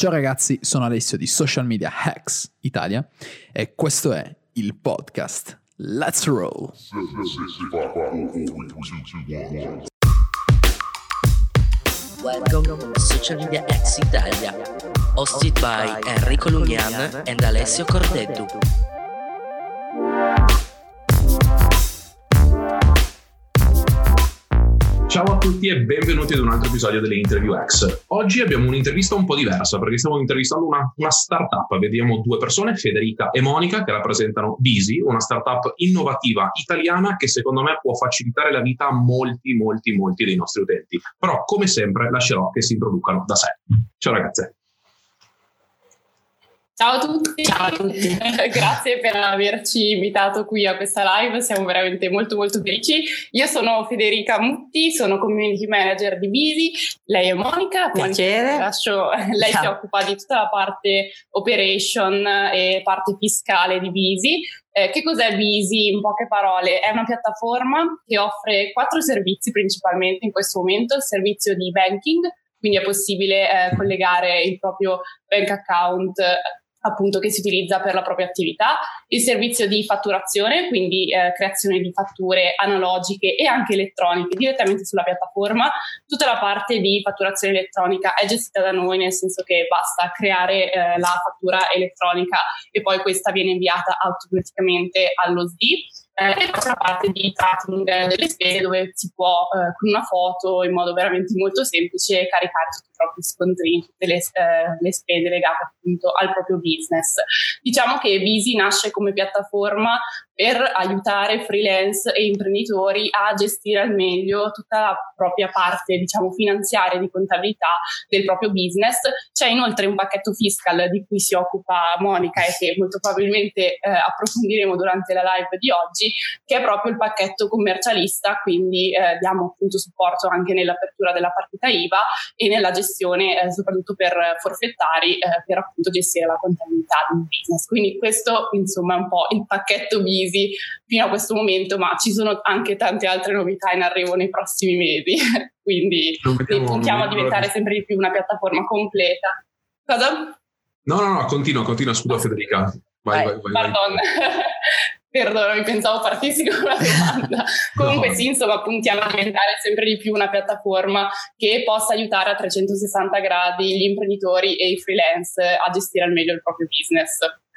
Ciao ragazzi, sono Alessio di Social Media Hacks Italia e questo è il podcast Let's Roll. Welcome to Social Media Hacks Italia, hosted by Enrico Lugnan and Alessio Cordeddu. Ciao a tutti e benvenuti ad un altro episodio delle Interview X. Oggi abbiamo un'intervista un po' diversa perché stiamo intervistando una startup. Vediamo due persone, Federica e Monica, che rappresentano Busy, una startup innovativa italiana che secondo me può facilitare la vita a molti dei nostri utenti. Però come sempre lascerò che si introducano da sé. Ciao ragazze. Ciao a tutti. Ciao a tutti. Grazie per averci invitato qui a questa live, siamo veramente molto felici. Io sono Federica Mutti, sono community manager di Busy, lei è Monica. Piacere. Lei si occupa di tutta la parte operation e parte fiscale di Busy. Che cos'è Busy? In poche parole, è una piattaforma che offre 4 servizi principalmente in questo momento: il servizio di banking, quindi è possibile collegare il proprio bank account appunto che si utilizza per la propria attività, il servizio di fatturazione, quindi creazione di fatture analogiche e anche elettroniche direttamente sulla piattaforma. Tutta la parte di fatturazione elettronica è gestita da noi, nel senso che basta creare la fattura elettronica e poi questa viene inviata automaticamente allo SDI. E poi c'è la parte di tracking delle spese, dove si può con una foto in modo veramente molto semplice caricare tutti i propri scontrini, tutte le spese legate appunto al proprio business. Diciamo che Busy nasce come piattaforma per aiutare freelance e imprenditori a gestire al meglio tutta la propria parte, diciamo, finanziaria di contabilità del proprio business. C'è inoltre un pacchetto fiscal di cui si occupa Monica e che molto probabilmente approfondiremo durante la live di oggi, che è proprio il pacchetto commercialista, quindi diamo appunto supporto anche nell'apertura della partita IVA e nella gestione soprattutto per forfettari per appunto gestire la contabilità del business. Quindi questo insomma è un po' il pacchetto Busy fino a questo momento, ma ci sono anche tante altre novità in arrivo nei prossimi mesi, quindi puntiamo a diventare sempre di più una piattaforma completa. Cosa? No, continua, scusa Federica. Vai. Pardon. Perdonami, pensavo partissi con una domanda. Comunque No. sì, insomma, puntiamo a diventare sempre di più una piattaforma che possa aiutare a 360 gradi gli imprenditori e i freelance a gestire al meglio il proprio business.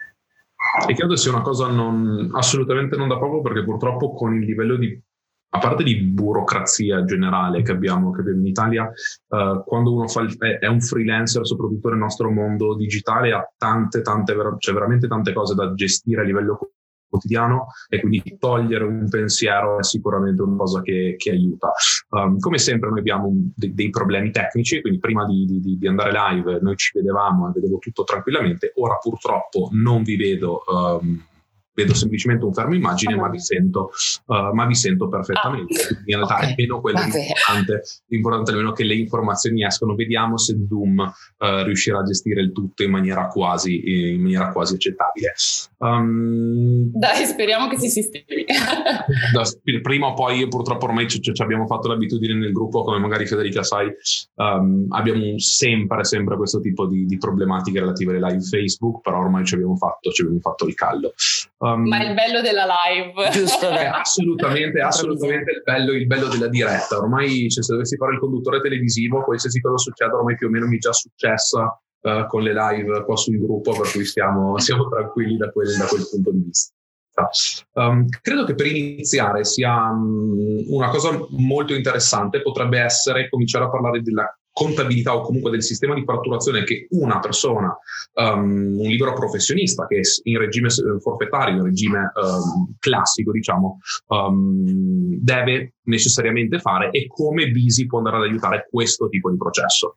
E credo sia una cosa assolutamente non da poco, perché purtroppo con il livello a parte di burocrazia generale che abbiamo in Italia, quando uno è un freelancer, soprattutto nel nostro mondo digitale, ha c'è veramente tante cose da gestire a livello quotidiano, e quindi togliere un pensiero è sicuramente una cosa che aiuta. Come sempre noi abbiamo dei problemi tecnici, quindi prima di andare live noi ci vedevamo e vedevo tutto tranquillamente. Ora purtroppo non vi vedo, vedo semplicemente un fermo immagine, ma vi sento perfettamente. Quindi in realtà è meno quello l'importante almeno che le informazioni escono. Vediamo se Zoom riuscirà a gestire il tutto in maniera quasi accettabile. Dai, speriamo che si sistemi. Prima o poi, purtroppo ormai ci abbiamo fatto l'abitudine nel gruppo, come magari Federica sai, abbiamo sempre questo tipo di problematiche relative alle live Facebook, però ormai ci abbiamo fatto il callo. Ma è il bello della live. Giusto, è assolutamente il bello della diretta. Ormai, se dovessi fare il conduttore televisivo, qualsiasi cosa succeda ormai più o meno mi è già successa con le live qua sul gruppo, per cui siamo tranquilli da quel punto di vista. Credo che per iniziare sia una cosa molto interessante potrebbe essere cominciare a parlare della contabilità o comunque del sistema di fatturazione che una persona, un libero professionista che è in regime forfettario, in regime classico diciamo, deve necessariamente fare, e come Busy può andare ad aiutare questo tipo di processo.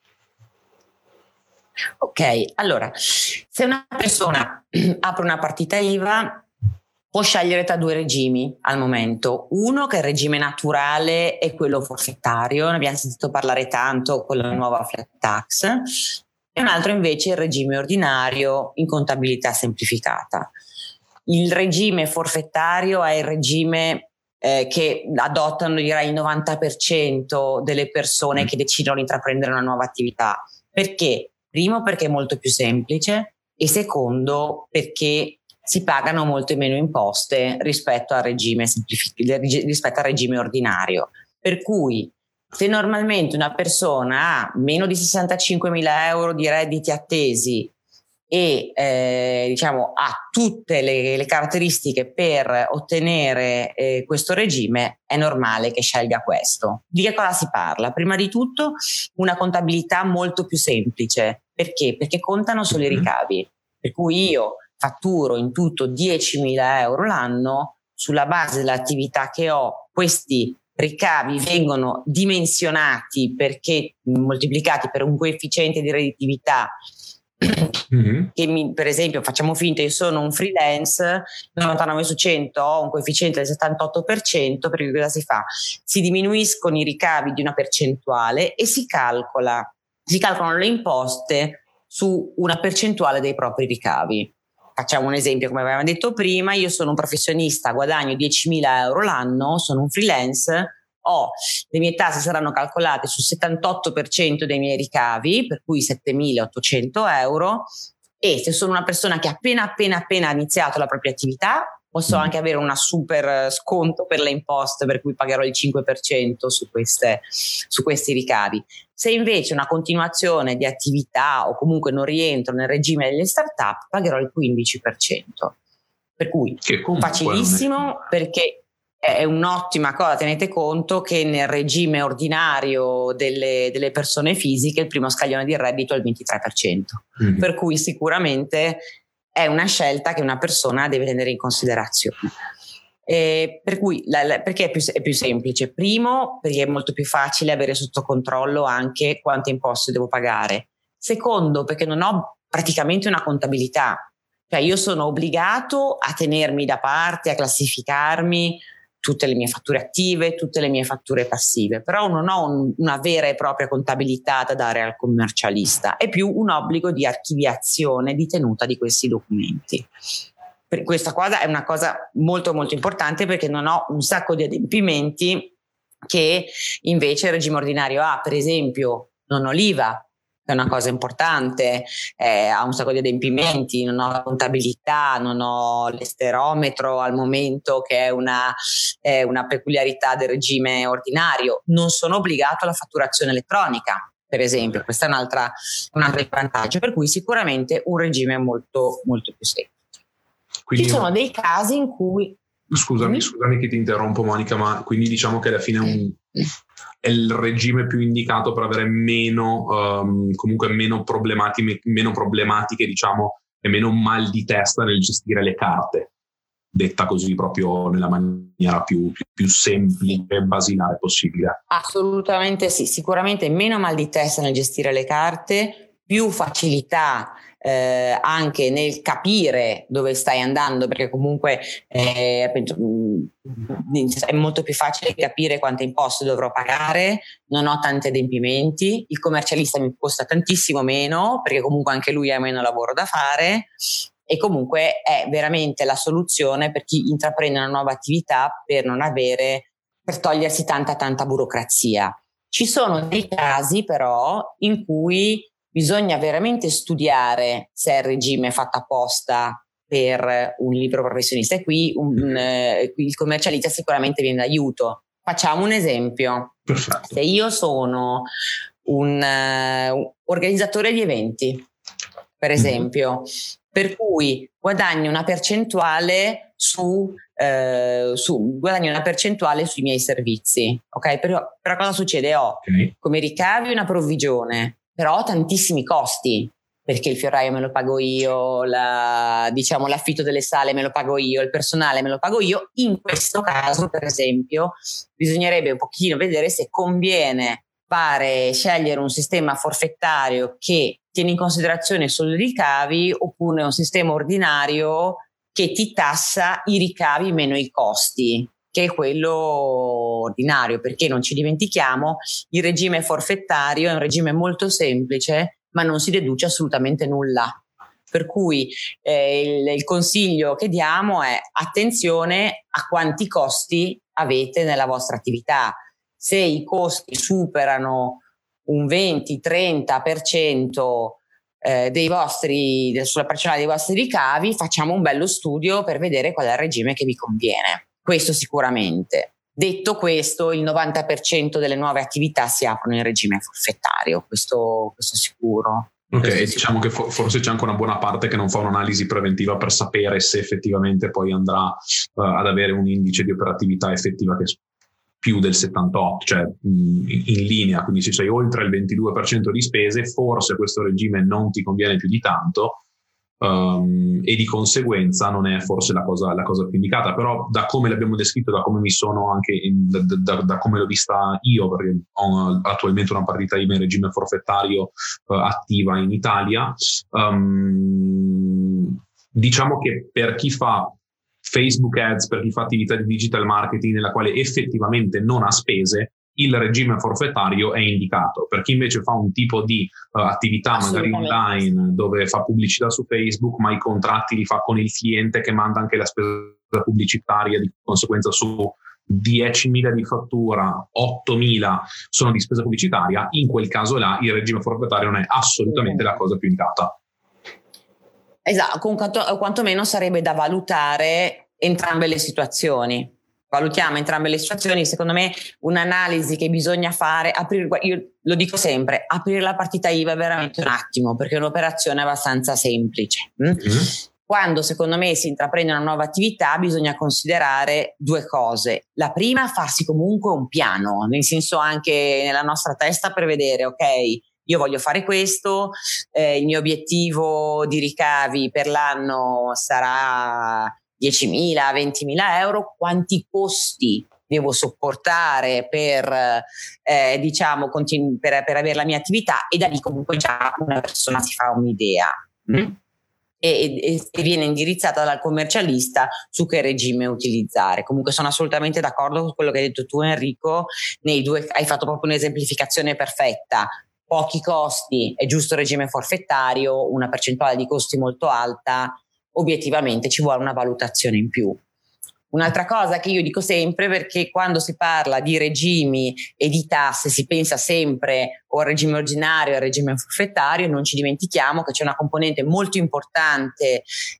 Ok, allora, se una persona apre una partita IVA può scegliere tra 2 regimi al momento. Uno che è il regime naturale e quello forfettario, ne abbiamo sentito parlare tanto con la nuova flat tax, e un altro invece il regime ordinario in contabilità semplificata. Il regime forfettario è il regime che adottano direi il 90% delle persone che decidono di intraprendere una nuova attività. Perché? Primo, perché è molto più semplice, e secondo, perché si pagano molte meno imposte rispetto al regime rispetto al regime ordinario. Per cui, se normalmente una persona ha meno di 65.000 euro di redditi attesi e diciamo ha tutte le caratteristiche per ottenere questo regime, è normale che scelga questo. Di che cosa si parla? Prima di tutto una contabilità molto più semplice. Perché? Perché contano solo i ricavi, per cui io fatturo in tutto 10.000 euro l'anno, sulla base dell'attività che ho questi ricavi vengono dimensionati perché moltiplicati per un coefficiente di redditività che per esempio, facciamo finta io sono un freelance, 99 su 100 ho un coefficiente del 78%, perché cosa si fa? Si diminuiscono i ricavi di una percentuale e si calcolano le imposte su una percentuale dei propri ricavi. Facciamo un esempio, come avevamo detto prima, io sono un professionista, guadagno 10.000 euro l'anno, sono un freelance, le mie tasse saranno calcolate sul 78% dei miei ricavi, per cui 7.800 euro, e se sono una persona che ha appena iniziato la propria attività, posso anche avere una super sconto per le imposte, per cui pagherò il 5% su questi ricavi. Se invece una continuazione di attività o comunque non rientro nel regime delle start-up, pagherò il 15%. Per cui facilissimo, perché è un'ottima cosa. Tenete conto che nel regime ordinario delle persone fisiche il primo scaglione di reddito è il 23%, per cui sicuramente è una scelta che una persona deve tenere in considerazione. Per cui perché è più semplice? Primo, perché è molto più facile avere sotto controllo anche quante imposte devo pagare. Secondo, perché non ho praticamente una contabilità, cioè io sono obbligato a tenermi da parte, a classificarmi tutte le mie fatture attive, tutte le mie fatture passive, però non ho una vera e propria contabilità da dare al commercialista, è più un obbligo di archiviazione, di tenuta di questi documenti. Per questa cosa è una cosa molto molto importante, perché non ho un sacco di adempimenti che invece il regime ordinario ha. Per esempio, non ho l'IVA, è una cosa importante, ha un sacco di adempimenti, non ho la contabilità, non ho l'esterometro al momento, che è una peculiarità del regime ordinario, non sono obbligato alla fatturazione elettronica, per esempio. Questo è un altro vantaggio, per cui sicuramente un regime molto molto più semplice. Quindi, ci sono dei casi in cui... Scusami che ti interrompo, Monica, ma quindi diciamo che alla fine è il regime più indicato per avere comunque meno problematiche, diciamo, e meno mal di testa nel gestire le carte, detta così proprio nella maniera più semplice e basilare possibile. Assolutamente sì, sicuramente meno mal di testa nel gestire le carte, più facilità anche nel capire dove stai andando, perché comunque è molto più facile capire quante imposte dovrò pagare, non ho tanti adempimenti, il commercialista mi costa tantissimo meno, perché comunque anche lui ha meno lavoro da fare, e comunque è veramente la soluzione per chi intraprende una nuova attività per togliersi tanta burocrazia. Ci sono dei casi però in cui bisogna veramente studiare se il regime è fatto apposta per un libero professionista, e qui il commercialista sicuramente viene d'aiuto. Facciamo un esempio. Perfetto. Se io sono un organizzatore di eventi, per esempio, per cui guadagno una percentuale guadagno una percentuale sui miei servizi, ok? Però cosa succede? Ho come ricavi una provvigione, però ho tantissimi costi, perché il fioraio me lo pago io, l'affitto delle sale me lo pago io, il personale me lo pago io. In questo caso, per esempio, bisognerebbe un pochino vedere se conviene scegliere un sistema forfettario che tiene in considerazione solo i ricavi, oppure un sistema ordinario che ti tassa i ricavi meno i costi, che è quello ordinario, perché non ci dimentichiamo, il regime forfettario è un regime molto semplice, ma non si deduce assolutamente nulla. Per cui il consiglio che diamo è: attenzione a quanti costi avete nella vostra attività. Se i costi superano un 20-30% sulla percentuale dei vostri ricavi, facciamo un bello studio per vedere qual è il regime che vi conviene. Questo sicuramente. Detto questo, il 90% delle nuove attività si aprono in regime forfettario, questo sicuro. Ok, diciamo che forse c'è anche una buona parte che non fa un'analisi preventiva per sapere se effettivamente poi andrà ad avere un indice di operatività effettiva che è più del 78, cioè in linea, quindi se sei oltre il 22% di spese, forse questo regime non ti conviene più di tanto. E di conseguenza non è forse la cosa più indicata, però da come l'abbiamo descritto, da come mi sono anche da come l'ho vista io, perché ho attualmente una partita IVA in regime forfettario attiva in Italia, diciamo che per chi fa Facebook Ads, per chi fa attività di digital marketing nella quale effettivamente non ha spese, il regime forfettario è indicato. Per chi invece fa un tipo di attività magari online dove fa pubblicità su Facebook, ma i contratti li fa con il cliente che manda anche la spesa pubblicitaria, di conseguenza su 10.000 di fattura, 8.000 sono di spesa pubblicitaria, in quel caso là il regime forfettario non è assolutamente la cosa più indicata. Esatto, quantomeno sarebbe da valutare entrambe le situazioni. Valutiamo entrambe le situazioni. Secondo me un'analisi che bisogna fare, io lo dico sempre, aprire la partita IVA è veramente un attimo, perché è un'operazione abbastanza semplice. Quando secondo me si intraprende una nuova attività bisogna considerare due cose. La prima, farsi comunque un piano, nel senso anche nella nostra testa prevedere, ok, io voglio fare questo, il mio obiettivo di ricavi per l'anno sarà 10.000, 20.000 euro, quanti costi devo sopportare per avere la mia attività, e da lì comunque già una persona si fa un'idea e viene indirizzata dal commercialista su che regime utilizzare. Comunque sono assolutamente d'accordo con quello che hai detto tu, Enrico, hai fatto proprio un'esemplificazione perfetta. Pochi costi, è giusto regime forfettario, una percentuale di costi molto alta, obiettivamente ci vuole una valutazione in più. Un'altra cosa che io dico sempre, perché quando si parla di regimi e di tasse si pensa sempre o al regime ordinario o al regime forfettario, non ci dimentichiamo che c'è una componente molto importante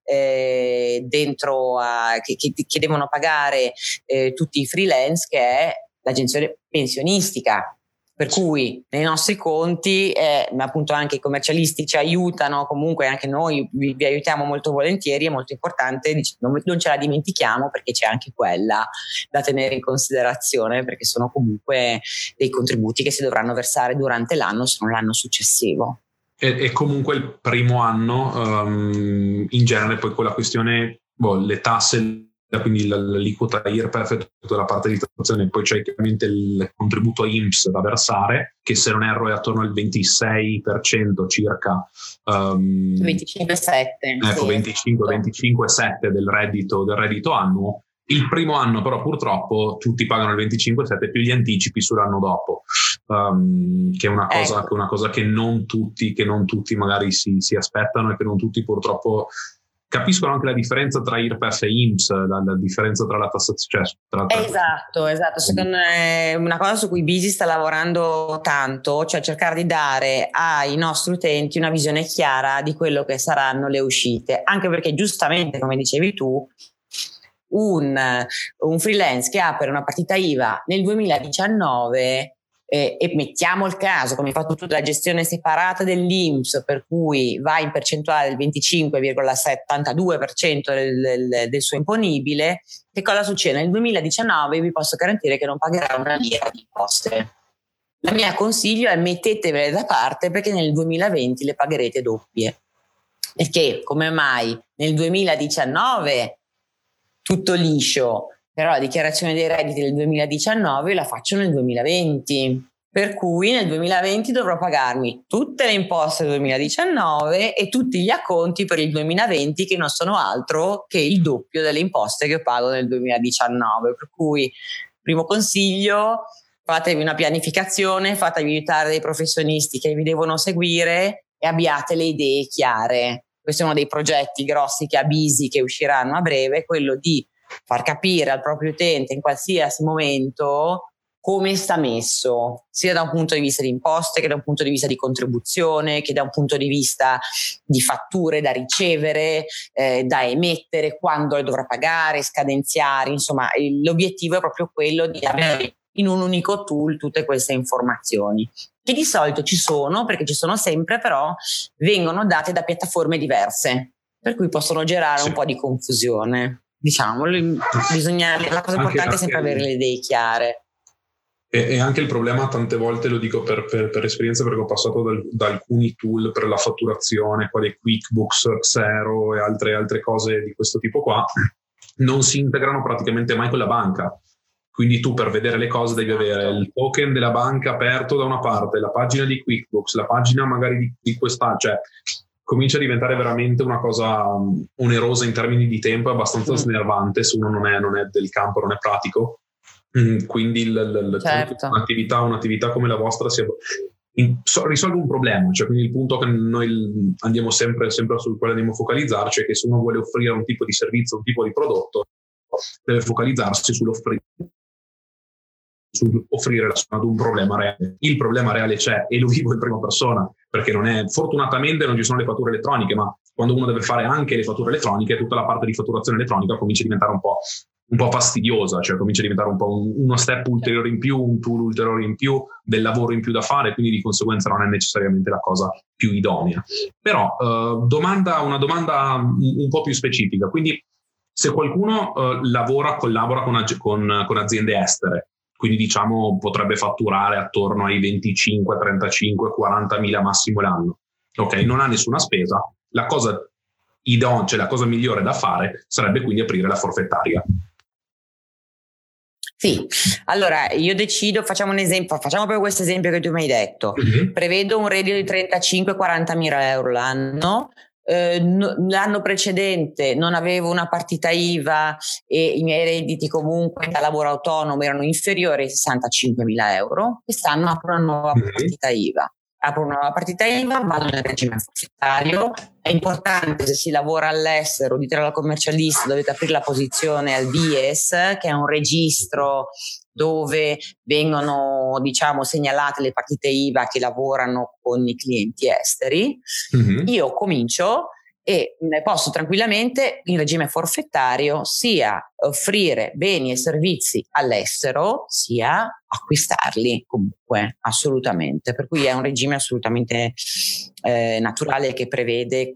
dentro che devono pagare tutti i freelance, che è l'agenzia pensionistica. Per cui nei nostri conti, ma appunto anche i commercialisti ci aiutano, comunque anche noi vi aiutiamo molto volentieri, è molto importante, non ce la dimentichiamo, perché c'è anche quella da tenere in considerazione, perché sono comunque dei contributi che si dovranno versare durante l'anno, se non l'anno successivo. E comunque il primo anno, in genere poi con la questione, le tasse, quindi l'aliquota IRPEF e tutta la parte di tassazione, poi c'è chiaramente il contributo INPS da versare, che se non erro è attorno al 26% circa, 25,7 ecco, 25,7 del reddito annuo. Il primo anno però purtroppo tutti pagano il 25,7 più gli anticipi sull'anno dopo, che è una cosa che non tutti magari si aspettano, e che non tutti purtroppo capiscono anche la differenza tra IRPEF e INPS, la differenza tra la tassazione. Esatto. Secondo me è una cosa su cui Bisi sta lavorando tanto, cioè cercare di dare ai nostri utenti una visione chiara di quello che saranno le uscite, anche perché giustamente, come dicevi tu, un freelance che apre una partita IVA nel 2019 e mettiamo il caso, come hai fatto tu, la gestione separata dell'INPS, per cui va in percentuale del 25,72% del suo imponibile, che cosa succede? Nel 2019 vi posso garantire che non pagherà una lira di imposte. Il mio consiglio è: mettetevele da parte, perché nel 2020 le pagherete doppie. Perché come mai nel 2019 tutto liscio, però la dichiarazione dei redditi del 2019 la faccio nel 2020, per cui nel 2020 dovrò pagarmi tutte le imposte del 2019 e tutti gli acconti per il 2020, che non sono altro che il doppio delle imposte che pago nel 2019. Per cui, primo consiglio, fatevi una pianificazione, fatevi aiutare dei professionisti che vi devono seguire e abbiate le idee chiare. Questo è uno dei progetti grossi che ha Bisi, che usciranno a breve, quello di far capire al proprio utente in qualsiasi momento come sta messo, sia da un punto di vista di imposte, che da un punto di vista di contribuzione, che da un punto di vista di fatture da ricevere, da emettere, quando le dovrà pagare, scadenziare. Insomma, l'obiettivo è proprio quello di avere in un unico tool tutte queste informazioni, che di solito ci sono, perché ci sono sempre, però vengono date da piattaforme diverse, per cui possono generare un po' di confusione. Diciamo, la cosa importante è sempre avere le idee chiare. E anche il problema, tante volte, lo dico per esperienza, perché ho passato da alcuni tool per la fatturazione, quali QuickBooks, Xero e altre cose di questo tipo qua, non si integrano praticamente mai con la banca. Quindi tu, per vedere le cose, devi avere il token della banca aperto da una parte, la pagina di QuickBooks, la pagina magari di questa, cioè comincia a diventare veramente una cosa onerosa in termini di tempo, abbastanza snervante se uno non è del campo, non è pratico. Quindi certo. un'attività come la vostra risolve un problema, cioè, quindi il punto che noi andiamo sempre sul quale andiamo a focalizzarci è che se uno vuole offrire un tipo di servizio, un tipo di prodotto, deve focalizzarsi sull'offrire ad un problema reale. Il problema reale c'è e lo vivo in prima persona, perché fortunatamente non ci sono le fatture elettroniche, ma quando uno deve fare anche le fatture elettroniche, tutta la parte di fatturazione elettronica comincia a diventare un po' fastidiosa, cioè comincia a diventare un po' uno step ulteriore in più, un tool ulteriore in più, del lavoro in più da fare, quindi di conseguenza non è necessariamente la cosa più idonea. Però una domanda un po' più specifica, quindi se qualcuno collabora con aziende estere, quindi diciamo potrebbe fatturare attorno ai 25, 35, 40 mila massimo l'anno, ok? Non ha nessuna spesa, la cosa idonea, cioè la cosa migliore da fare sarebbe quindi aprire la forfettaria. Sì, allora io facciamo un esempio, facciamo proprio questo esempio che tu mi hai detto. Prevedo un reddito di 35-40 mila euro l'anno. L'anno precedente non avevo una partita IVA e i miei redditi comunque da lavoro autonomo erano inferiori ai 65.000 euro. Quest'anno apro una nuova partita IVA. Vado nel regime forfettario. È importante, se si lavora all'estero, dite alla commercialista, dovete aprire la posizione al DIES, che è un registro dove vengono, diciamo, segnalate le partite IVA che lavorano con i clienti esteri. Io comincio e posso tranquillamente, in regime forfettario, sia offrire beni e servizi all'estero, sia acquistarli comunque, assolutamente. Per cui è un regime assolutamente naturale, che prevede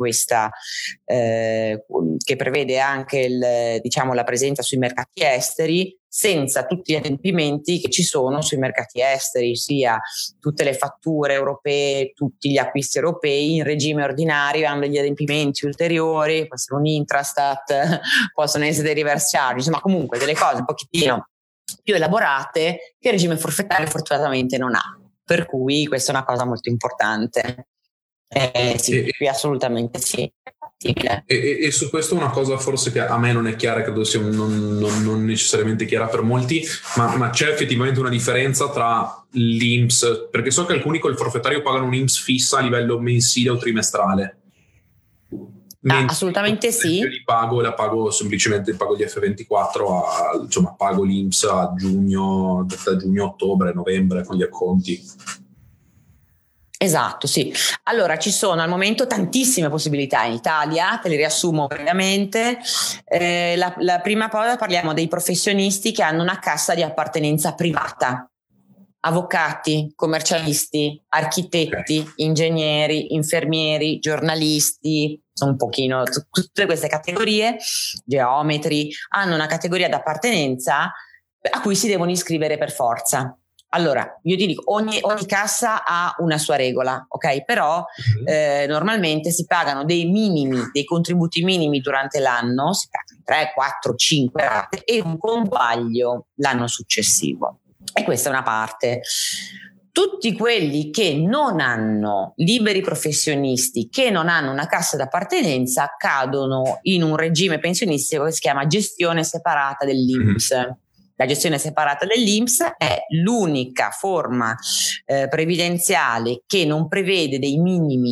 che prevede anche diciamo la presenza sui mercati esteri, senza tutti gli adempimenti che ci sono sui mercati esteri, sia tutte le fatture europee, tutti gli acquisti europei. In regime ordinario hanno degli adempimenti ulteriori, può essere un Intrastat, possono essere dei reverse charge, insomma comunque delle cose un pochettino più elaborate che il regime forfettario fortunatamente non ha, per cui questa è una cosa molto importante. Sì, assolutamente sì. E su questo una cosa forse che a me non è chiara, credo sia non necessariamente chiara per molti, ma c'è effettivamente una differenza tra l'INPS, perché so che alcuni col forfettario pagano un INPS fissa a livello mensile o trimestrale. Assolutamente sì. Io la pago semplicemente, pago gli F24, insomma pago l'INPS a giugno, da giugno, ottobre, novembre con gli acconti. Esatto, sì. Allora, ci sono al momento tantissime possibilità in Italia, te le riassumo brevemente. La prima cosa, parliamo dei professionisti che hanno una cassa di appartenenza privata. Avvocati, commercialisti, architetti, ingegneri, infermieri, giornalisti, un pochino tutte queste categorie, geometri, hanno una categoria d'appartenenza a cui si devono iscrivere per forza. Allora, io ti dico, ogni cassa ha una sua regola, ok? Però normalmente si pagano dei contributi minimi durante l'anno, si pagano 3, 4, 5 rate e un conguaglio l'anno successivo. E questa è una parte. Tutti quelli che non hanno, liberi professionisti, che non hanno una cassa d'appartenenza, cadono in un regime pensionistico che si chiama gestione separata dell'INPS. La gestione separata dell'INPS è l'unica forma previdenziale che non prevede dei minimi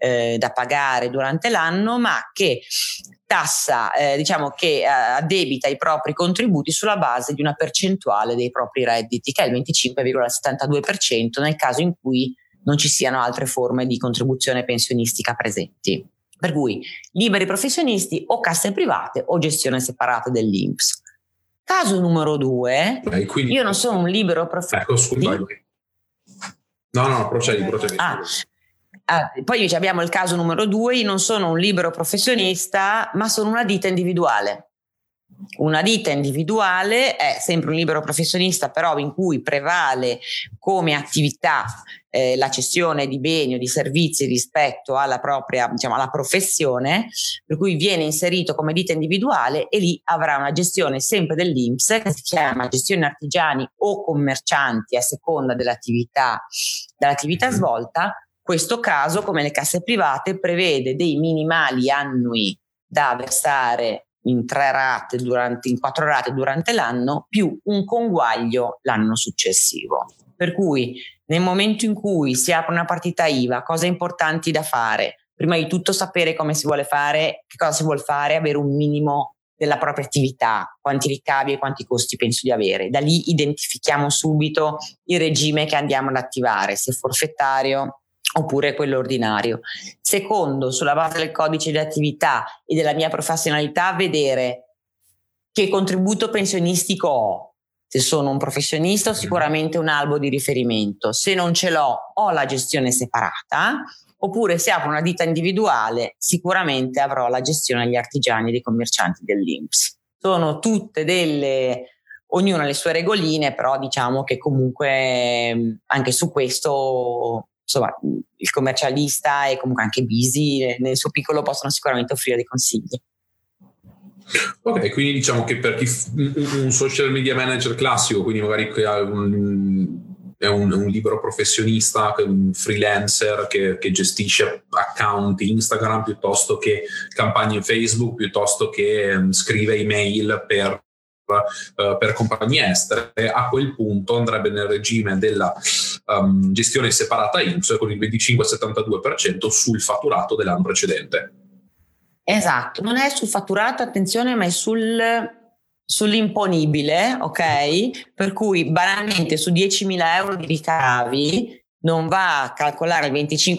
da pagare durante l'anno, ma che tassa, che addebita i propri contributi sulla base di una percentuale dei propri redditi, che è il 25,72% nel caso in cui non ci siano altre forme di contribuzione pensionistica presenti. Per cui liberi professionisti o casse private o gestione separata dell'INPS. Caso numero 2, quindi, io non sono un libero professionista. No, procedi. Poi invece abbiamo il caso numero 2, io non sono un libero professionista, ma sono una ditta individuale. Una ditta individuale è sempre un libero professionista, però in cui prevale come attività la cessione di beni o di servizi rispetto alla propria, alla professione, per cui viene inserito come ditta individuale e lì avrà una gestione sempre dell'INPS che si chiama gestione artigiani o commercianti a seconda dell'attività svolta. Questo caso, come le casse private, prevede dei minimali annui da versare in 4 rate durante l'anno più un conguaglio l'anno successivo. Per cui nel momento in cui si apre una partita IVA, cose importanti da fare, prima di tutto sapere come si vuole fare, che cosa si vuole fare, avere un minimo della propria attività, quanti ricavi e quanti costi penso di avere. Da lì identifichiamo subito il regime che andiamo ad attivare, se forfettario oppure quello ordinario. Secondo, sulla base del codice di attività e della mia professionalità, vedere che contributo pensionistico ho. Se sono un professionista ho sicuramente un albo di riferimento, se non ce l'ho ho la gestione separata, oppure se apro una ditta individuale sicuramente avrò la gestione degli artigiani e dei commercianti dell'INPS. Sono tutte ognuna ha le sue regoline, però diciamo che comunque anche su questo insomma il commercialista e comunque anche Bisi nel suo piccolo possono sicuramente offrire dei consigli. Ok, quindi diciamo che per chi un social media manager classico, quindi magari che ha è un libero professionista, un freelancer che gestisce account Instagram piuttosto che campagne Facebook, piuttosto che scrive email per compagnie estere, a quel punto andrebbe nel regime della gestione separata INPS con il 25,72% sul fatturato dell'anno precedente. Esatto, non è sul fatturato, attenzione, ma è sull'imponibile, ok? Per cui banalmente su 10.000 euro di ricavi non va a calcolare il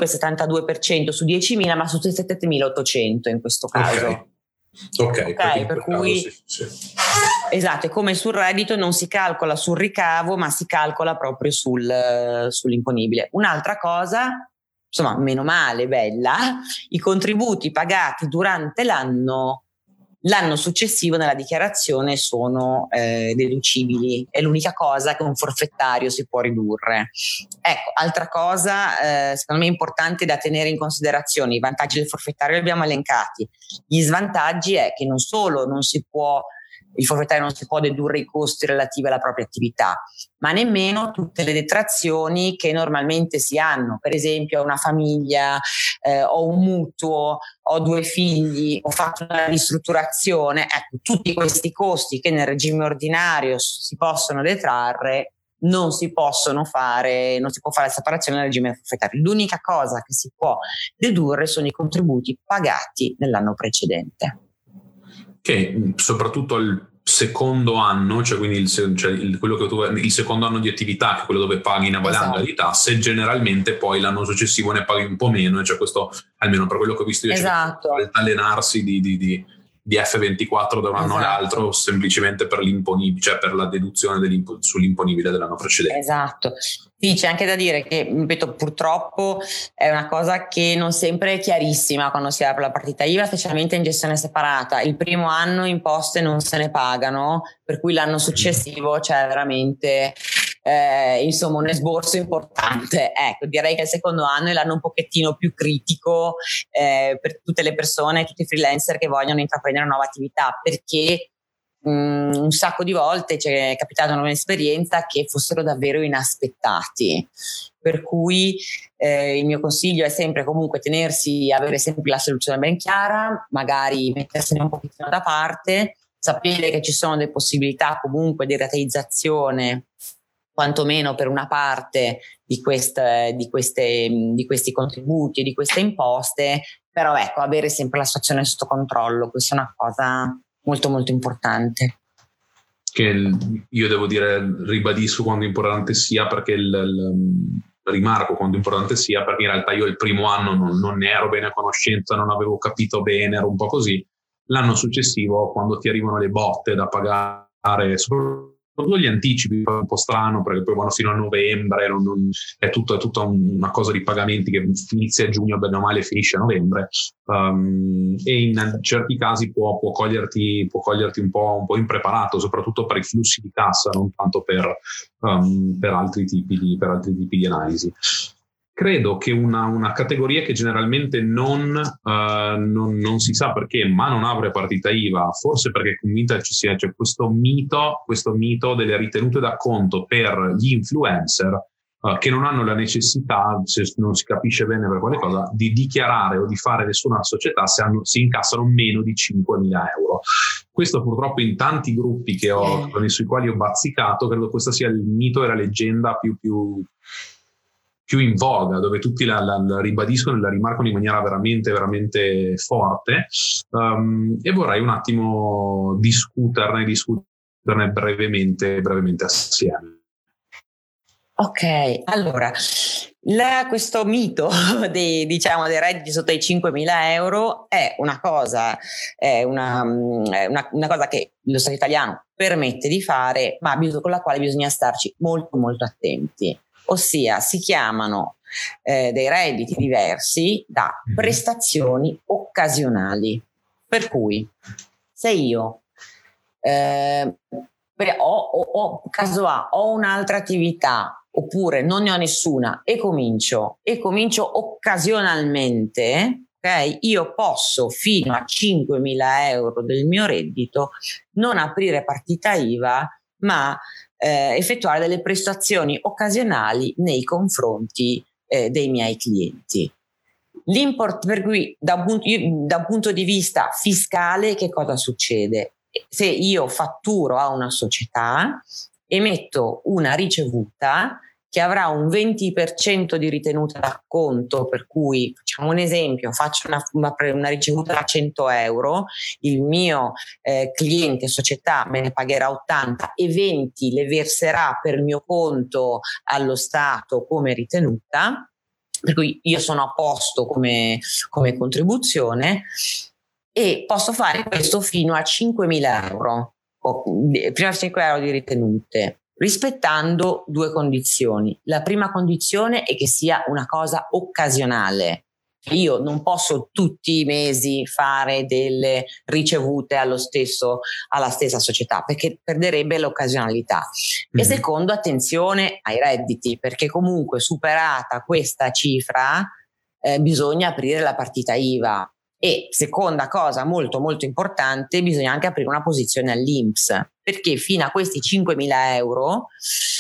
25,72% su 10.000, ma su 7.800 in questo caso. Ok, per cui sì. Esatto, è come sul reddito non si calcola sul ricavo, ma si calcola proprio sull'imponibile. Un'altra cosa, insomma, meno male, bella, i contributi pagati durante l'anno successivo nella dichiarazione sono deducibili, è l'unica cosa che un forfettario si può ridurre. Ecco, altra cosa secondo me importante da tenere in considerazione: i vantaggi del forfettario li abbiamo elencati, gli svantaggi è che non solo il forfettario non si può dedurre i costi relativi alla propria attività, ma nemmeno tutte le detrazioni che normalmente si hanno. Per esempio, ho una famiglia, ho un mutuo, ho 2 figli, ho fatto una ristrutturazione. Ecco, tutti questi costi che nel regime ordinario si possono detrarre non si può fare la separazione nel regime forfettario. L'unica cosa che si può dedurre sono i contributi pagati nell'anno precedente. Che soprattutto al secondo anno, cioè quindi il secondo anno di attività, che è quello dove paghi una valanga di tasse, generalmente poi l'anno successivo ne paghi un po' meno, cioè questo almeno per quello che ho visto io, esatto. Cioè allenarsi di F24 da un anno all'altro semplicemente per l'imponibile, cioè per la deduzione sull'imponibile dell'anno precedente. Esatto. Sì, c'è anche da dire che, ripeto, purtroppo è una cosa che non sempre è chiarissima quando si apre la partita IVA, specialmente in gestione separata. Il primo anno imposte non se ne pagano, per cui l'anno successivo c'è veramente insomma un esborso importante. Ecco, direi che il secondo anno è l'anno un pochettino più critico per tutte le persone, tutti i freelancer che vogliono intraprendere una nuova attività, perché un sacco di volte ci è capitata un'esperienza che fossero davvero inaspettati, per cui il mio consiglio è sempre comunque avere sempre la soluzione ben chiara, magari mettersene un pochettino da parte, sapere che ci sono delle possibilità comunque di rateizzazione quantomeno per una parte questi contributi, di queste imposte, però ecco, avere sempre la situazione sotto controllo, questa è una cosa molto molto importante. Che io devo dire, ribadisco quanto importante sia, perché rimarco quanto importante sia, perché in realtà io il primo anno non ne ero bene a conoscenza, non avevo capito bene, ero un po' così. L'anno successivo, quando ti arrivano le botte da pagare, soprattutto gli anticipi, è un po' strano perché poi vanno fino a novembre, è tutta una cosa di pagamenti che inizia a giugno, bene o male finisce a novembre, e in certi casi può coglierti un po' impreparato, soprattutto per i flussi di cassa, non tanto per altri tipi di analisi. Credo che una categoria che generalmente non si sa perché, ma non apre partita IVA, forse perché è convinta ci sia questo mito delle ritenute d'acconto per gli influencer, che non hanno la necessità, se non si capisce bene per quale cosa, di dichiarare o di fare nessuna società se si incassano meno di 5.000 euro. Questo purtroppo in tanti gruppi sui quali ho bazzicato, credo questo sia il mito e la leggenda più in voga, dove tutti la ribadiscono e la rimarcano in maniera veramente, veramente forte, e vorrei un attimo discuterne brevemente assieme. Ok, allora, questo mito dei redditi sotto i 5.000 euro è una cosa che lo Stato italiano permette di fare, ma con la quale bisogna starci molto molto attenti. Ossia, si chiamano dei redditi diversi da prestazioni occasionali. Per cui, se io ho un'altra attività oppure non ne ho nessuna e comincio occasionalmente, ok? Io posso fino a 5.000 euro del mio reddito non aprire partita IVA, ma effettuare delle prestazioni occasionali nei confronti dei miei clienti. Per cui da un punto di vista fiscale che cosa succede? Se io fatturo a una società, emetto una ricevuta che avrà un 20% di ritenuta d'acconto, per cui facciamo un esempio, faccio una ricevuta da 100 euro, il mio cliente società me ne pagherà 80 e 20 le verserà per mio conto allo Stato come ritenuta, per cui io sono a posto come contribuzione, e posso fare questo fino a 5.000 euro, fino a 5 euro di ritenute, rispettando due condizioni. La prima condizione è che sia una cosa occasionale. Io non posso tutti i mesi fare delle ricevute alla stessa società, perché perderebbe l'occasionalità. E secondo, attenzione ai redditi, perché comunque superata questa cifra bisogna aprire la partita IVA. E seconda cosa molto molto importante, bisogna anche aprire una posizione all'INPS, perché fino a questi 5.000 euro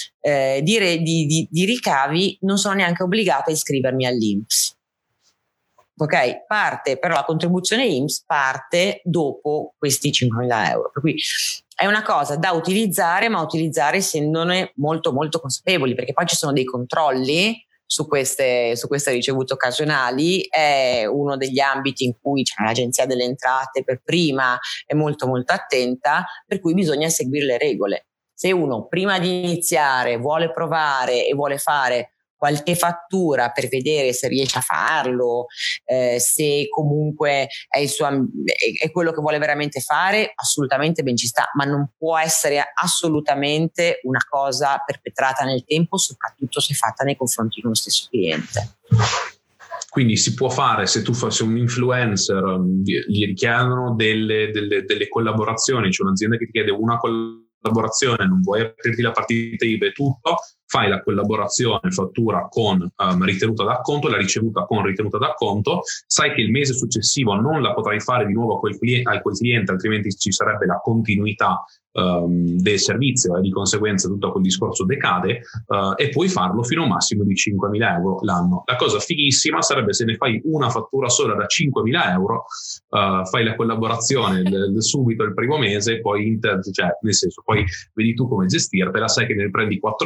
di ricavi non sono neanche obbligata a iscrivermi all'INPS. Ok, però la contribuzione INPS parte dopo questi 5.000 euro, per cui è una cosa da utilizzare, ma utilizzare essendone molto molto consapevoli, perché poi ci sono dei controlli su queste ricevute occasionali. È uno degli ambiti in cui l'Agenzia delle Entrate per prima è molto molto attenta, per cui bisogna seguire le regole. Se uno prima di iniziare vuole provare e vuole fare qualche fattura per vedere se riesce a farlo, se comunque è quello che vuole veramente fare, assolutamente ben ci sta, ma non può essere assolutamente una cosa perpetrata nel tempo, soprattutto se fatta nei confronti di uno stesso cliente. Quindi si può fare, se un influencer gli richiedono delle collaborazioni, c'è un'azienda che ti chiede una collaborazione, non vuoi aprirti la partita IVA e tutto, fai la collaborazione, fattura con ritenuta d'acconto, la ricevuta con ritenuta d'acconto, sai che il mese successivo non la potrai fare di nuovo a quel cliente, altrimenti ci sarebbe la continuità del servizio e di conseguenza tutto quel discorso decade, e puoi farlo fino a un massimo di 5.000 euro l'anno. La cosa fighissima sarebbe se ne fai una fattura sola da 5.000 euro, fai la collaborazione subito il primo mese, poi nel senso, poi vedi tu come gestirtela, sai che ne prendi 4.000,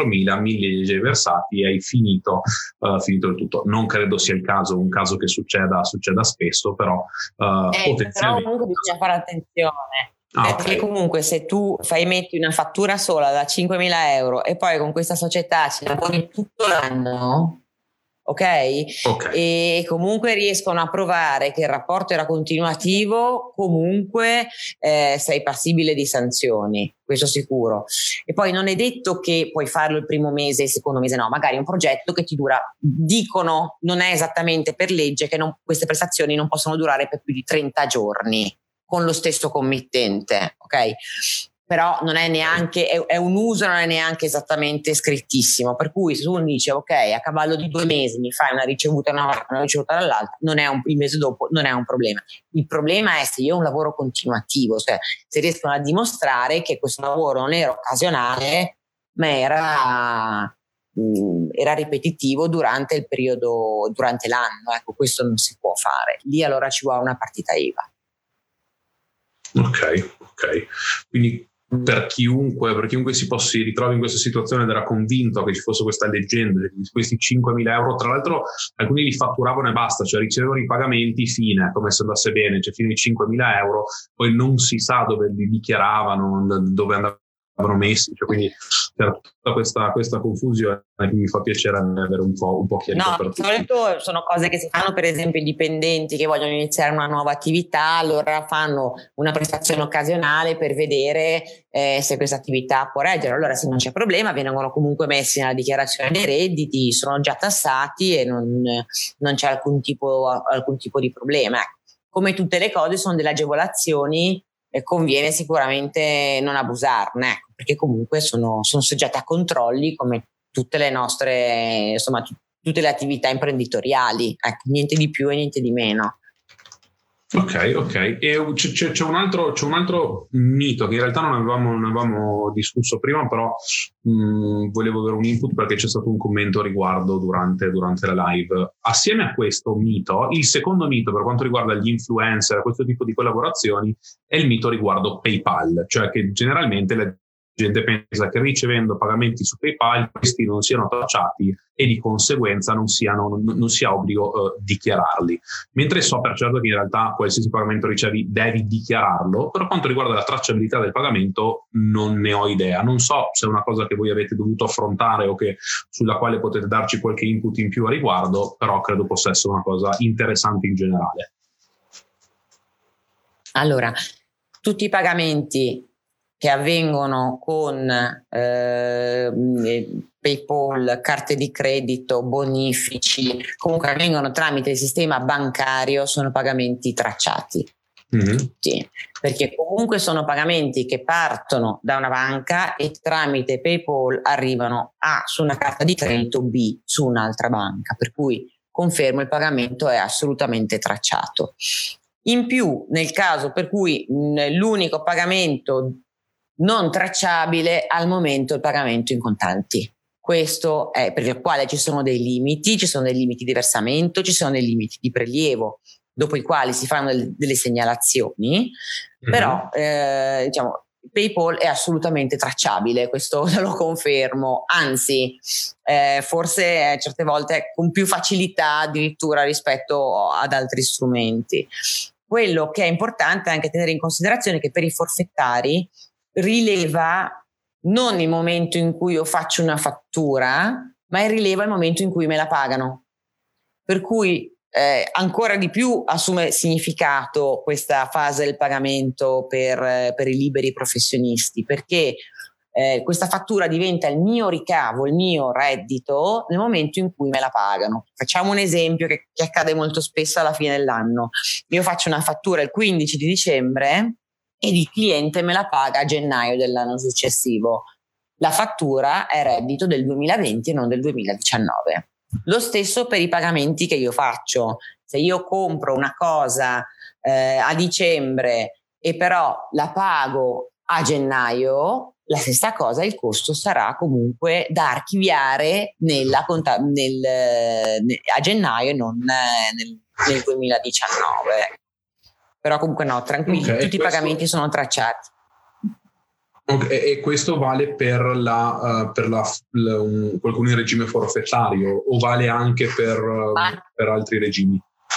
famiglie già versati e hai finito il tutto. Non credo sia un caso che succeda spesso, però potenzialmente. Però comunque bisogna fare attenzione. Perché comunque se tu metti una fattura sola da 5.000 euro e poi con questa società ci lavori tutto l'anno, ok? E comunque riescono a provare che il rapporto era continuativo, comunque sei passibile di sanzioni, questo sicuro. E poi non è detto che puoi farlo il primo mese, il secondo mese no, magari un progetto che ti dura, dicono, non è esattamente per legge che queste prestazioni non possono durare per più di 30 giorni con lo stesso committente, ok? Però non è neanche, è un uso, non è neanche esattamente scrittissimo, per cui se uno dice ok, a cavallo di 2 mesi mi fai una ricevuta dall'altra, il mese dopo non è un problema. Il problema è se io ho un lavoro continuativo, cioè se riescono a dimostrare che questo lavoro non era occasionale, ma era ripetitivo durante il periodo, durante l'anno, ecco, questo non si può fare. Lì allora ci vuole una partita IVA. Ok. Quindi per chiunque si ritrovi in questa situazione ed era convinto che ci fosse questa leggenda di questi 5.000 euro, tra l'altro alcuni li fatturavano e basta, cioè ricevevano i pagamenti fine, come se andasse bene, cioè fino ai 5.000 euro, poi non si sa dove li dichiaravano, dove andavano messi, cioè quindi c'era tutta questa confusione che mi fa piacere avere un po' chiarito. No, di solito sono cose che si fanno, per esempio i dipendenti che vogliono iniziare una nuova attività, allora fanno una prestazione occasionale per vedere se questa attività può reggere. Allora se non c'è problema vengono comunque messi nella dichiarazione dei redditi, sono già tassati e non c'è alcun tipo di problema. Come tutte le cose sono delle agevolazioni, conviene sicuramente non abusarne, perché comunque sono soggetti a controlli come tutte le nostre, insomma, tutte le attività imprenditoriali, ecco, niente di più e niente di meno. Ok. E c'è un altro mito che in realtà non avevamo discusso prima, però volevo avere un input perché c'è stato un commento riguardo durante la live. Assieme a questo mito, il secondo mito per quanto riguarda gli influencer, questo tipo di collaborazioni, è il mito riguardo PayPal, cioè che generalmente la gente pensa che ricevendo pagamenti su PayPal questi non siano tracciati e di conseguenza non sia obbligo dichiararli, mentre so per certo che in realtà qualsiasi pagamento ricevi devi dichiararlo. Per quanto riguarda la tracciabilità del pagamento non ne ho idea, non so se è una cosa che voi avete dovuto affrontare o sulla quale potete darci qualche input in più a riguardo, però credo possa essere una cosa interessante in generale. Allora, tutti i pagamenti che avvengono con PayPal, carte di credito, bonifici, comunque avvengono tramite il sistema bancario, sono pagamenti tracciati. Sì, perché comunque sono pagamenti che partono da una banca e tramite PayPal arrivano A su una carta di credito, B su un'altra banca, per cui confermo il pagamento è assolutamente tracciato. In più, nel caso per cui l'unico pagamento non tracciabile al momento è il pagamento in contanti. Questo è per il quale ci sono dei limiti di versamento, ci sono dei limiti di prelievo, dopo i quali si fanno delle segnalazioni, però diciamo PayPal è assolutamente tracciabile, questo lo confermo, anzi forse certe volte con più facilità addirittura rispetto ad altri strumenti. Quello che è importante è anche tenere in considerazione che per i forfettari rileva non il momento in cui io faccio una fattura, ma rileva il momento in cui me la pagano, per cui ancora di più assume significato questa fase del pagamento per i liberi professionisti, perché questa fattura diventa il mio ricavo, il mio reddito nel momento in cui me la pagano. Facciamo un esempio che accade molto spesso alla fine dell'anno. Io faccio una fattura il 15 di dicembre e il cliente me la paga a gennaio dell'anno successivo. La fattura è reddito del 2020 e non del 2019. Lo stesso per i pagamenti che io faccio. Se io compro una cosa a dicembre e però la pago a gennaio, la stessa cosa, il costo sarà comunque da archiviare a gennaio e non nel 2019. Però comunque no, tranquilli, tutti i pagamenti sono tracciati. Okay, e questo vale per qualcuno in regime forfettario o vale anche per altri regimi?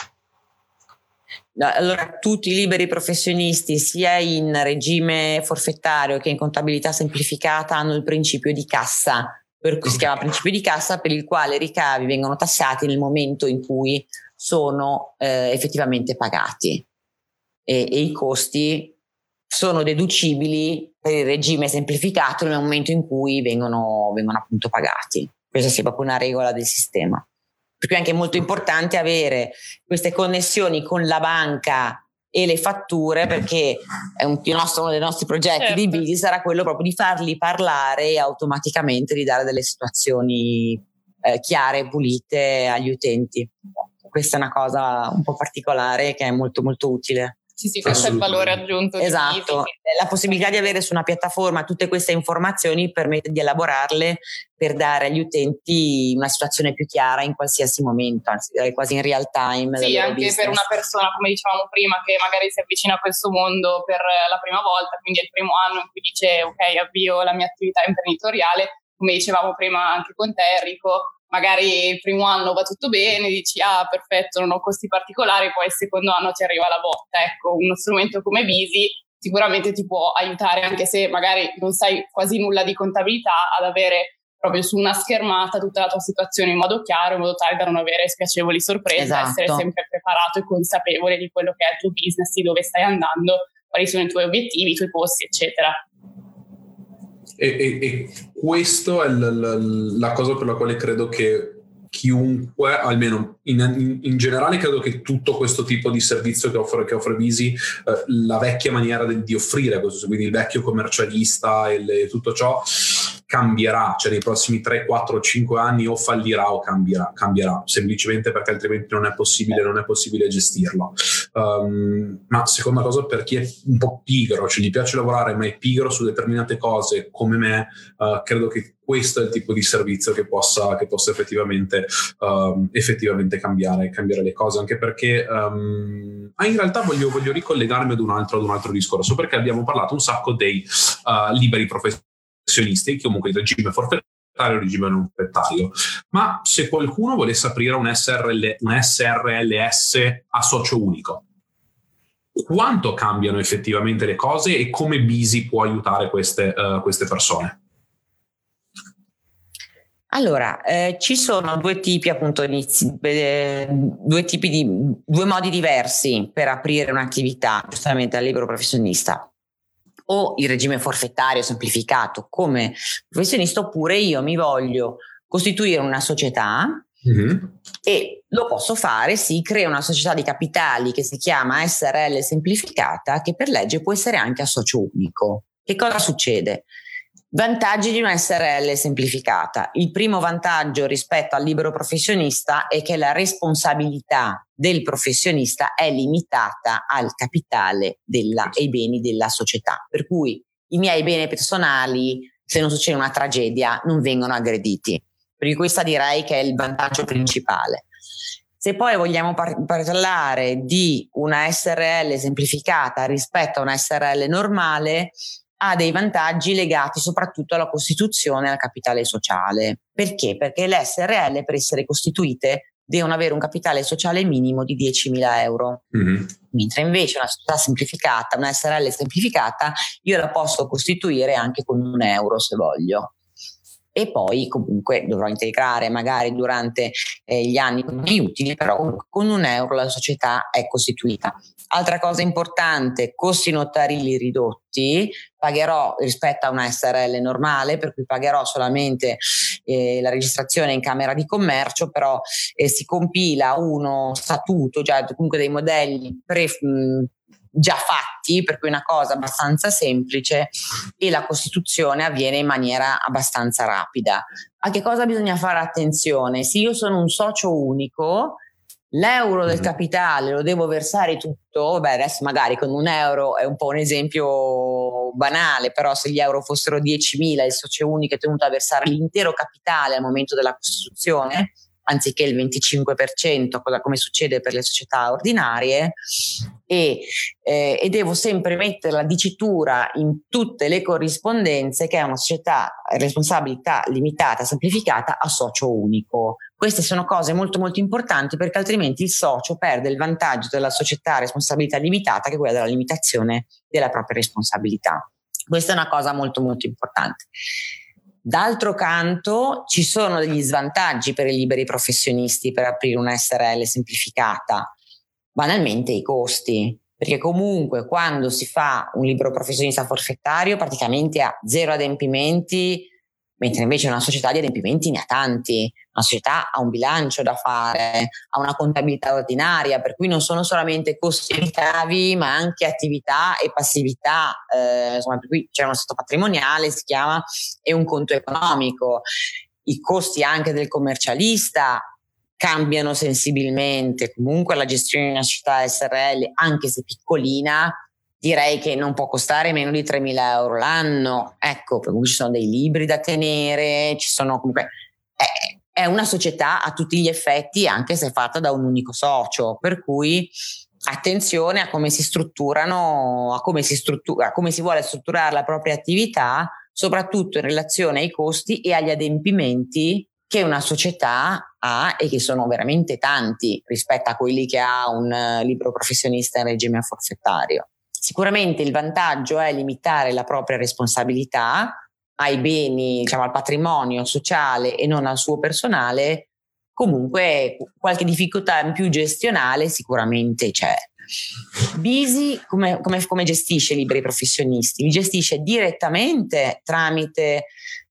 Allora, tutti i liberi professionisti, sia in regime forfettario che in contabilità semplificata, hanno il principio di cassa, si chiama principio di cassa, per il quale i ricavi vengono tassati nel momento in cui sono effettivamente pagati e i costi sono deducibili per il regime semplificato nel momento in cui vengono appunto pagati. Questa sia proprio una regola del sistema. Per cui è anche molto importante avere queste connessioni con la banca e le fatture, perché uno dei nostri progetti di Busy sarà quello proprio di farli parlare e automaticamente di dare delle situazioni chiare e pulite agli utenti. Questa è una cosa un po' particolare che è molto molto utile. Sì, questo è il valore aggiunto. Esatto, la possibilità di avere su una piattaforma tutte queste informazioni permette di elaborarle per dare agli utenti una situazione più chiara in qualsiasi momento, anzi quasi in real time. Sì, anche business. Per una persona, come dicevamo prima, che magari si avvicina a questo mondo per la prima volta, quindi è il primo anno in cui dice ok, avvio la mia attività imprenditoriale, come dicevamo prima anche con te Enrico, magari il primo anno va tutto bene, dici perfetto, non ho costi particolari, poi il secondo anno ti arriva la botta. Ecco, uno strumento come Busy sicuramente ti può aiutare, anche se magari non sai quasi nulla di contabilità, ad avere proprio su una schermata tutta la tua situazione in modo chiaro, in modo tale da non avere spiacevoli sorprese, esatto. Essere sempre preparato e consapevole di quello che è il tuo business, di dove stai andando, quali sono i tuoi obiettivi, i tuoi costi, eccetera. E questo è la cosa per la quale credo che chiunque, almeno in generale, credo che tutto questo tipo di servizio che offre Busy, la vecchia maniera di offrire questo, quindi il vecchio commercialista e tutto ciò, cambierà, cioè nei prossimi 3, 4, 5 anni o fallirà o cambierà, semplicemente perché altrimenti non è possibile gestirlo. Ma seconda cosa, per chi è un po' pigro, cioè gli piace lavorare ma è pigro su determinate cose come me, credo che questo è il tipo di servizio che possa effettivamente cambiare le cose, anche perché in realtà voglio ricollegarmi ad un altro discorso, perché abbiamo parlato un sacco dei liberi professionisti, che comunque il regime forfettario, il regime non forfettario, ma se qualcuno volesse aprire un SRLS a socio unico, quanto cambiano effettivamente le cose e come Busy può aiutare queste persone? Allora, ci sono due modi diversi per aprire un'attività, giustamente al libero professionista. O il regime forfettario semplificato come professionista, oppure io mi voglio costituire una società e lo posso fare, creo una società di capitali che si chiama SRL semplificata, che per legge può essere anche a socio unico. Che cosa succede? Vantaggi di una SRL semplificata. Il primo vantaggio rispetto al libero professionista è che la responsabilità del professionista è limitata al capitale e ai beni della società. Per cui i miei beni personali, se non succede una tragedia, non vengono aggrediti. Per cui questo direi che è il vantaggio principale. Se poi vogliamo parlare di una SRL semplificata rispetto a una SRL normale, ha dei vantaggi legati soprattutto alla costituzione e al capitale sociale. Perché? Perché le SRL, per essere costituite, devono avere un capitale sociale minimo di 10.000 euro. Mentre invece una società semplificata, una SRL semplificata, io la posso costituire anche con €1 se voglio. E poi comunque dovrò integrare magari durante gli anni gli utili, però con €1 la società è costituita. Altra cosa importante, costi notarili ridotti, pagherò rispetto a una SRL normale, per cui pagherò solamente la registrazione in Camera di Commercio, però si compila uno statuto, già comunque dei modelli già fatti, per cui è una cosa abbastanza semplice e la costituzione avviene in maniera abbastanza rapida. A che cosa bisogna fare attenzione? Se io sono un socio unico, l'euro del capitale lo devo versare tutto. Adesso magari con €1 è un po' un esempio banale, però se gli euro fossero 10.000, il socio unico è tenuto a versare l'intero capitale al momento della costituzione, anziché il 25%, come succede per le società ordinarie, e devo sempre mettere la dicitura in tutte le corrispondenze che è una società a responsabilità limitata, semplificata, a socio unico. Queste sono cose molto molto importanti, perché altrimenti il socio perde il vantaggio della società a responsabilità limitata, che è quella della limitazione della propria responsabilità. Questa è una cosa molto molto importante. D'altro canto ci sono degli svantaggi per i liberi professionisti per aprire una SRL semplificata, banalmente i costi, perché comunque quando si fa un libero professionista forfettario praticamente ha 0 adempimenti, mentre invece una società di adempimenti ne ha tanti. Una società ha un bilancio da fare, ha una contabilità ordinaria, per cui non sono solamente costi e ricavi, ma anche attività e passività, insomma, per cui c'è uno stato patrimoniale, si chiama, e un conto economico. I costi anche del commercialista cambiano sensibilmente. Comunque la gestione di una società SRL, anche se piccolina, direi che non può costare meno di 3.000 euro l'anno. Ecco, per cui ci sono dei libri da tenere, ci sono comunque... È una società a tutti gli effetti, anche se è fatta da un unico socio, per cui attenzione a come si strutturano, a come si vuole strutturare la propria attività, soprattutto in relazione ai costi e agli adempimenti che una società ha, e che sono veramente tanti rispetto a quelli che ha un libero professionista in regime forfettario. Sicuramente il vantaggio è limitare la propria responsabilità ai beni, diciamo al patrimonio sociale e non al suo personale. Comunque qualche difficoltà in più gestionale sicuramente c'è. Bisi come gestisce i liberi professionisti? Li gestisce direttamente tramite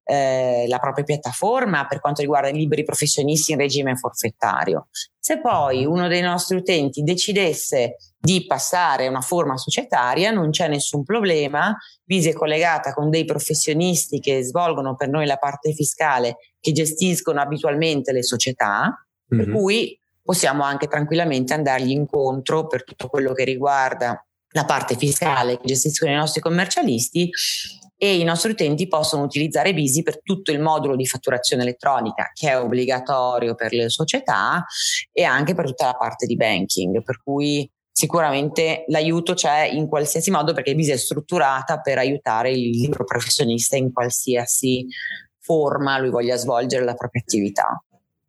la propria piattaforma per quanto riguarda i liberi professionisti in regime forfettario. Se poi uno dei nostri utenti decidesse di passare a una forma societaria, non c'è nessun problema. Bisi è collegata con dei professionisti che svolgono per noi la parte fiscale, che gestiscono abitualmente le società, per cui possiamo anche tranquillamente andargli incontro per tutto quello che riguarda la parte fiscale che gestiscono i nostri commercialisti, e i nostri utenti possono utilizzare Bisi per tutto il modulo di fatturazione elettronica, che è obbligatorio per le società, e anche per tutta la parte di banking, per cui sicuramente l'aiuto c'è in qualsiasi modo, perché Bisi è strutturata per aiutare il libero professionista in qualsiasi forma lui voglia svolgere la propria attività.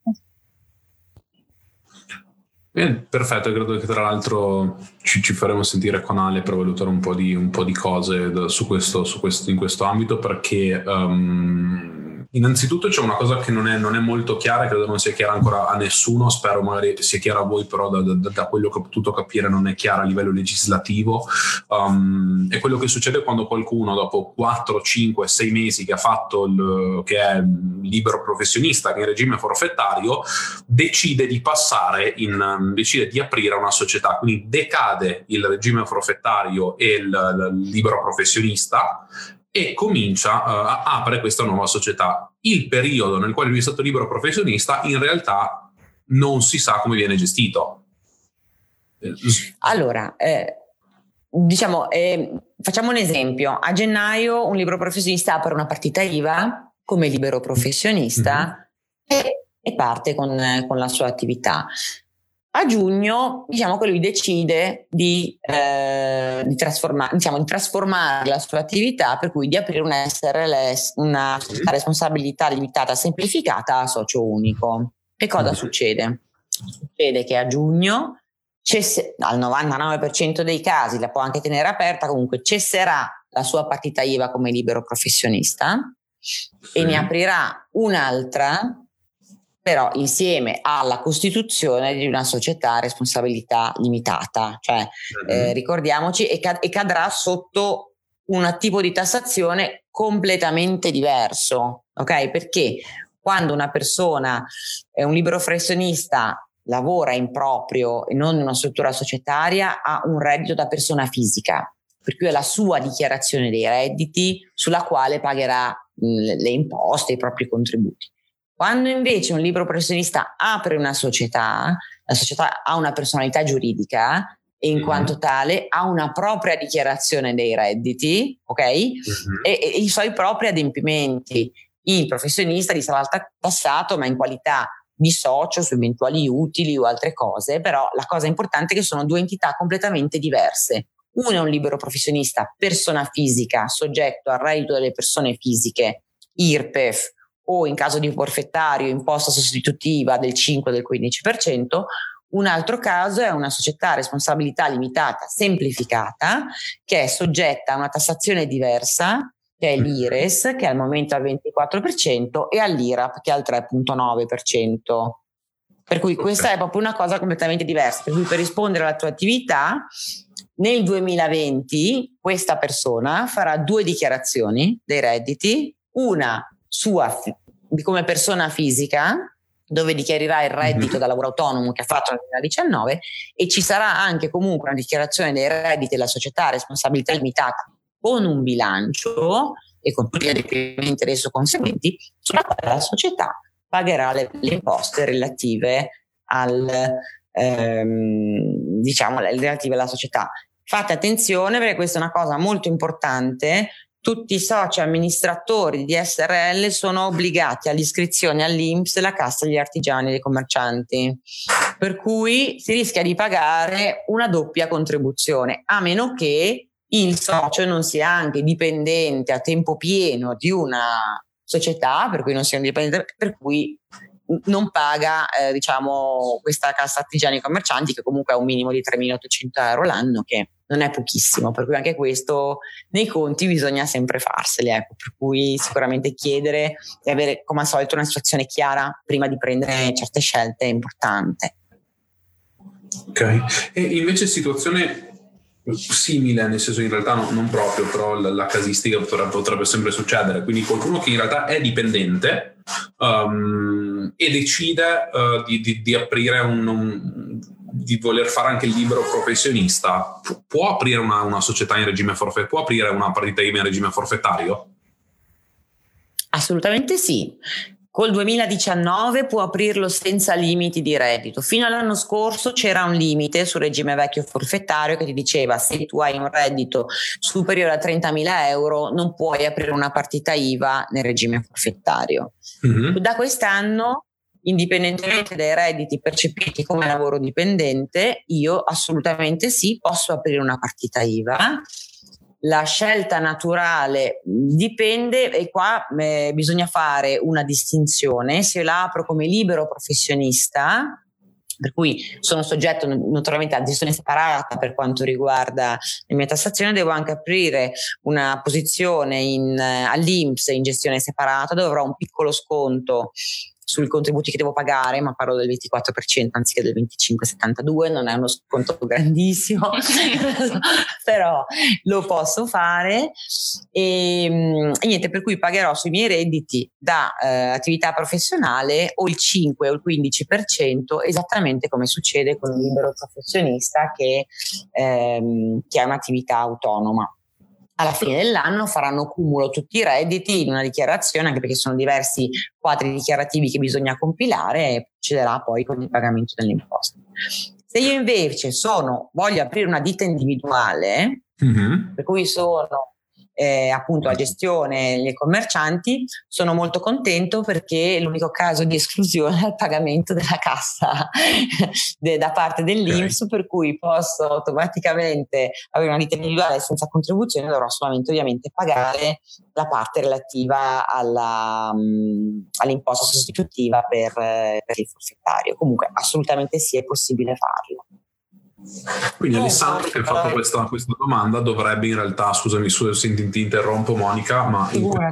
Perfetto, credo che tra l'altro ci faremo sentire con Ale per valutare un po' di cose in questo ambito, perché innanzitutto c'è una cosa che non è molto chiara, credo non sia chiara ancora a nessuno, spero magari sia chiara a voi, però da quello che ho potuto capire non è chiara a livello legislativo. È quello che succede quando qualcuno dopo 4, 5, 6 mesi che ha fatto che è libero professionista, che è in regime forfettario, decide di decide di aprire una società, quindi decade il regime forfettario e il libero professionista e apre questa nuova società. Il periodo nel quale lui è stato libero professionista in realtà non si sa come viene gestito. Allora, facciamo un esempio. A gennaio un libero professionista apre una partita IVA come libero professionista e parte con la sua attività. A giugno, diciamo che lui decide di trasformare la sua attività, per cui di aprire una SRL, una responsabilità limitata semplificata a socio unico. Che cosa succede? Succede che a giugno, al 99% dei casi, la può anche tenere aperta, comunque cesserà la sua partita IVA come libero professionista e ne aprirà un'altra, però insieme alla costituzione di una società a responsabilità limitata, cioè ricordiamoci, e cadrà sotto un tipo di tassazione completamente diverso, ok? Perché quando una persona è un libero professionista, lavora in proprio e non in una struttura societaria, ha un reddito da persona fisica, per cui è la sua dichiarazione dei redditi sulla quale pagherà le imposte, i propri contributi. Quando invece un libero professionista apre una società, la società ha una personalità giuridica e in quanto tale ha una propria dichiarazione dei redditi, ok? E i suoi propri adempimenti. Il professionista gli sarà tassato, ma in qualità di socio, su eventuali utili o altre cose, però la cosa importante è che sono due entità completamente diverse. Uno è un libero professionista, persona fisica, soggetto al reddito delle persone fisiche, IRPEF, o in caso di forfettario imposta sostitutiva del 5 o del 15%. Un altro caso è una società a responsabilità limitata semplificata che è soggetta a una tassazione diversa, che è l'IRES, che al momento è al 24%, e all'IRAP, che è al 3,9%. Per cui questa è proprio una cosa completamente diversa. Per cui, per rispondere alla tua attività, nel 2020 questa persona farà 2 dichiarazioni dei redditi, una sua come persona fisica, dove dichiarerà il reddito da lavoro autonomo che ha fatto nel 2019, e ci sarà anche comunque una dichiarazione dei redditi della società a responsabilità limitata con un bilancio e con tutti gli adempimenti adesso conseguenti, sulla quale la società pagherà le imposte relative relative alla società. Fate attenzione, perché questa è una cosa molto importante. Tutti i soci amministratori di SRL sono obbligati all'iscrizione all'INPS della Cassa degli Artigiani e dei Commercianti, per cui si rischia di pagare una doppia contribuzione, a meno che il socio non sia anche dipendente a tempo pieno di una società, per cui non sia un dipendente, per cui non paga questa Cassa Artigiani e Commercianti, che comunque ha un minimo di 3.800 euro l'anno, che non è pochissimo, per cui anche questo nei conti bisogna sempre farseli, ecco. Per cui sicuramente chiedere e avere come al solito una situazione chiara prima di prendere certe scelte è importante. Ok, e invece situazione simile, nel senso in realtà non proprio, però la casistica potrebbe sempre succedere, quindi qualcuno che in realtà è dipendente e decide di aprire di voler fare anche il libero professionista, può aprire una società in regime forfettario, può aprire una partita IVA in regime forfettario? Assolutamente sì. Col 2019 può aprirlo senza limiti di reddito. Fino all'anno scorso c'era un limite sul regime vecchio forfettario che ti diceva: se tu hai un reddito superiore a 30.000 euro non puoi aprire una partita IVA nel regime forfettario. Mm-hmm. Da quest'anno, indipendentemente dai redditi percepiti come lavoro dipendente, io assolutamente sì, posso aprire una partita IVA. La scelta naturale dipende, e qua bisogna fare una distinzione. Se io la apro come libero professionista, per cui sono soggetto naturalmente a gestione separata per quanto riguarda la mia tassazione, devo anche aprire una posizione all'INPS in gestione separata, dove avrò un piccolo sconto sui contributi che devo pagare, ma parlo del 24% anziché del 25,72%, non è uno sconto grandissimo, però lo posso fare e niente, per cui pagherò sui miei redditi da attività professionale o il 5 o il 15%, esattamente come succede con un libero professionista che ha un'attività autonoma. Alla fine dell'anno faranno cumulo tutti i redditi in una dichiarazione, anche perché sono diversi quadri dichiarativi che bisogna compilare, e procederà poi con il pagamento delle imposte. Se io invece voglio aprire una ditta individuale, per cui sono appunto la gestione dei commercianti, sono molto contento, perché l'unico caso di esclusione è il pagamento della cassa da parte dell'INPS, okay. Per cui posso automaticamente avere una ditta individuale senza contribuzione, dovrò solamente ovviamente pagare la parte relativa all'imposta sostitutiva per il forfettario. Comunque assolutamente sì, è possibile farlo. Quindi Alessandro, che ha fatto questa domanda, dovrebbe in realtà, scusami se ti interrompo Monica, ma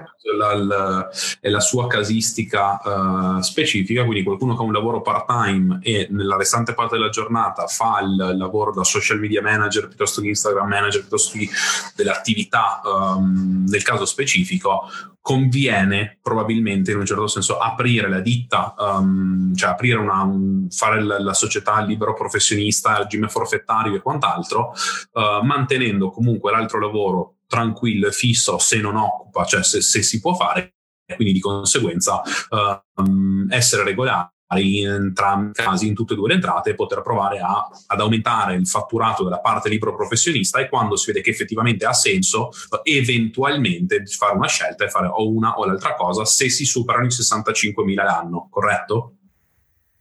è la sua casistica specifica, quindi qualcuno che ha un lavoro part-time e nella restante parte della giornata fa il lavoro da social media manager piuttosto che Instagram manager, piuttosto che dell'attività nel caso specifico, conviene probabilmente in un certo senso aprire la ditta, cioè aprire fare la società libero professionista, regime forfettario e quant'altro, mantenendo comunque l'altro lavoro tranquillo e fisso se non occupa, cioè se si può fare, e quindi di conseguenza essere regolari in entrambi i casi, in tutte e due le entrate, e poter provare ad aumentare il fatturato della parte libero professionista, e quando si vede che effettivamente ha senso eventualmente fare una scelta e fare o una o l'altra cosa se si superano i 65.000 l'anno, corretto?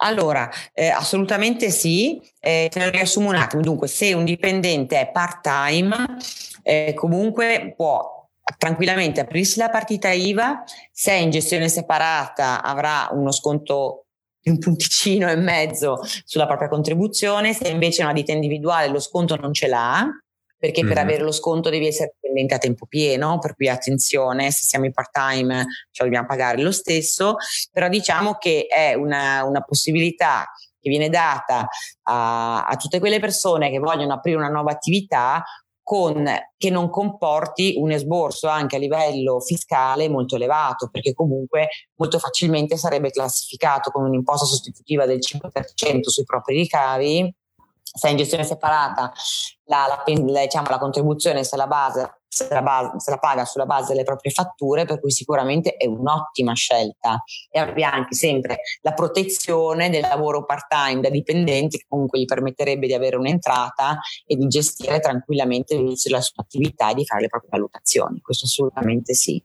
Allora, assolutamente sì, te lo riassumo un attimo. Dunque, se un dipendente è part-time, comunque può tranquillamente aprirsi la partita IVA. Se è in gestione separata avrà uno sconto di un punticino e mezzo sulla propria contribuzione. Se invece è una ditta individuale lo sconto non ce l'ha, perché per avere lo sconto devi essere dipendente a tempo pieno, per cui attenzione, se siamo in part-time ce lo dobbiamo pagare lo stesso, però diciamo che è una possibilità che viene data a tutte quelle persone che vogliono aprire una nuova attività che non comporti un esborso anche a livello fiscale molto elevato, perché comunque molto facilmente sarebbe classificato come un'imposta sostitutiva del 5% sui propri ricavi. Se è in gestione separata la contribuzione se la paga sulla base delle proprie fatture, per cui sicuramente è un'ottima scelta, e abbia anche sempre la protezione del lavoro part-time da dipendenti, che comunque gli permetterebbe di avere un'entrata e di gestire tranquillamente l'inizio della sua attività e di fare le proprie valutazioni. Questo assolutamente sì.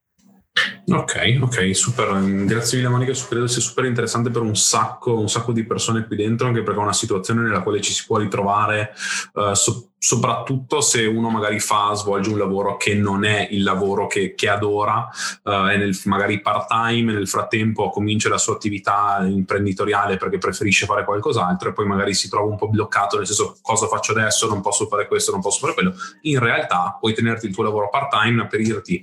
Ok, super. Grazie mille Monica, credo sia super interessante per un sacco di persone qui dentro, anche perché è una situazione nella quale ci si può ritrovare, soprattutto se uno magari svolge un lavoro che non è il lavoro che adora, è magari part-time, nel frattempo comincia la sua attività imprenditoriale perché preferisce fare qualcos'altro e poi magari si trova un po' bloccato, nel senso: cosa faccio adesso? Non posso fare questo, non posso fare quello. In realtà puoi tenerti il tuo lavoro part-time, aprirti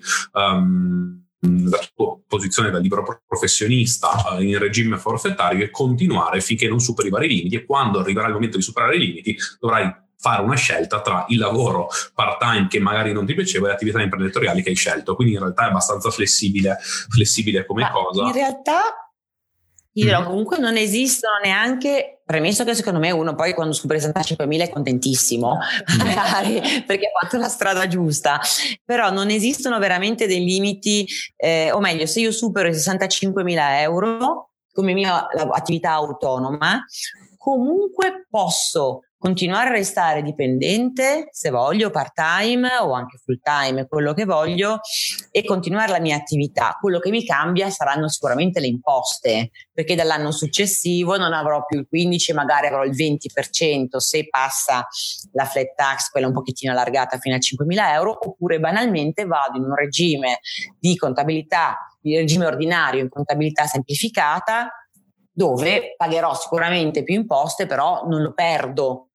la tua posizione da libero professionista in regime forfettario e continuare finché non superi i vari limiti, e quando arriverà il momento di superare i limiti dovrai fare una scelta tra il lavoro part-time che magari non ti piaceva e le attività imprenditoriali che hai scelto. Quindi in realtà è abbastanza flessibile come cosa. In realtà comunque non esistono neanche, premesso che secondo me uno poi quando supera i 65.000 è contentissimo, magari perché ha fatto la strada giusta, però non esistono veramente dei limiti, o meglio, se io supero i 65.000 euro come mia attività autonoma, comunque posso continuare a restare dipendente se voglio, part-time o anche full-time, quello che voglio, e continuare la mia attività. Quello che mi cambia saranno sicuramente le imposte, perché dall'anno successivo non avrò più il 15%, magari avrò il 20% se passa la flat tax, quella un pochettino allargata fino a 5.000 euro, oppure banalmente vado in un regime di contabilità, di regime ordinario in contabilità semplificata, dove pagherò sicuramente più imposte, però non lo perdo,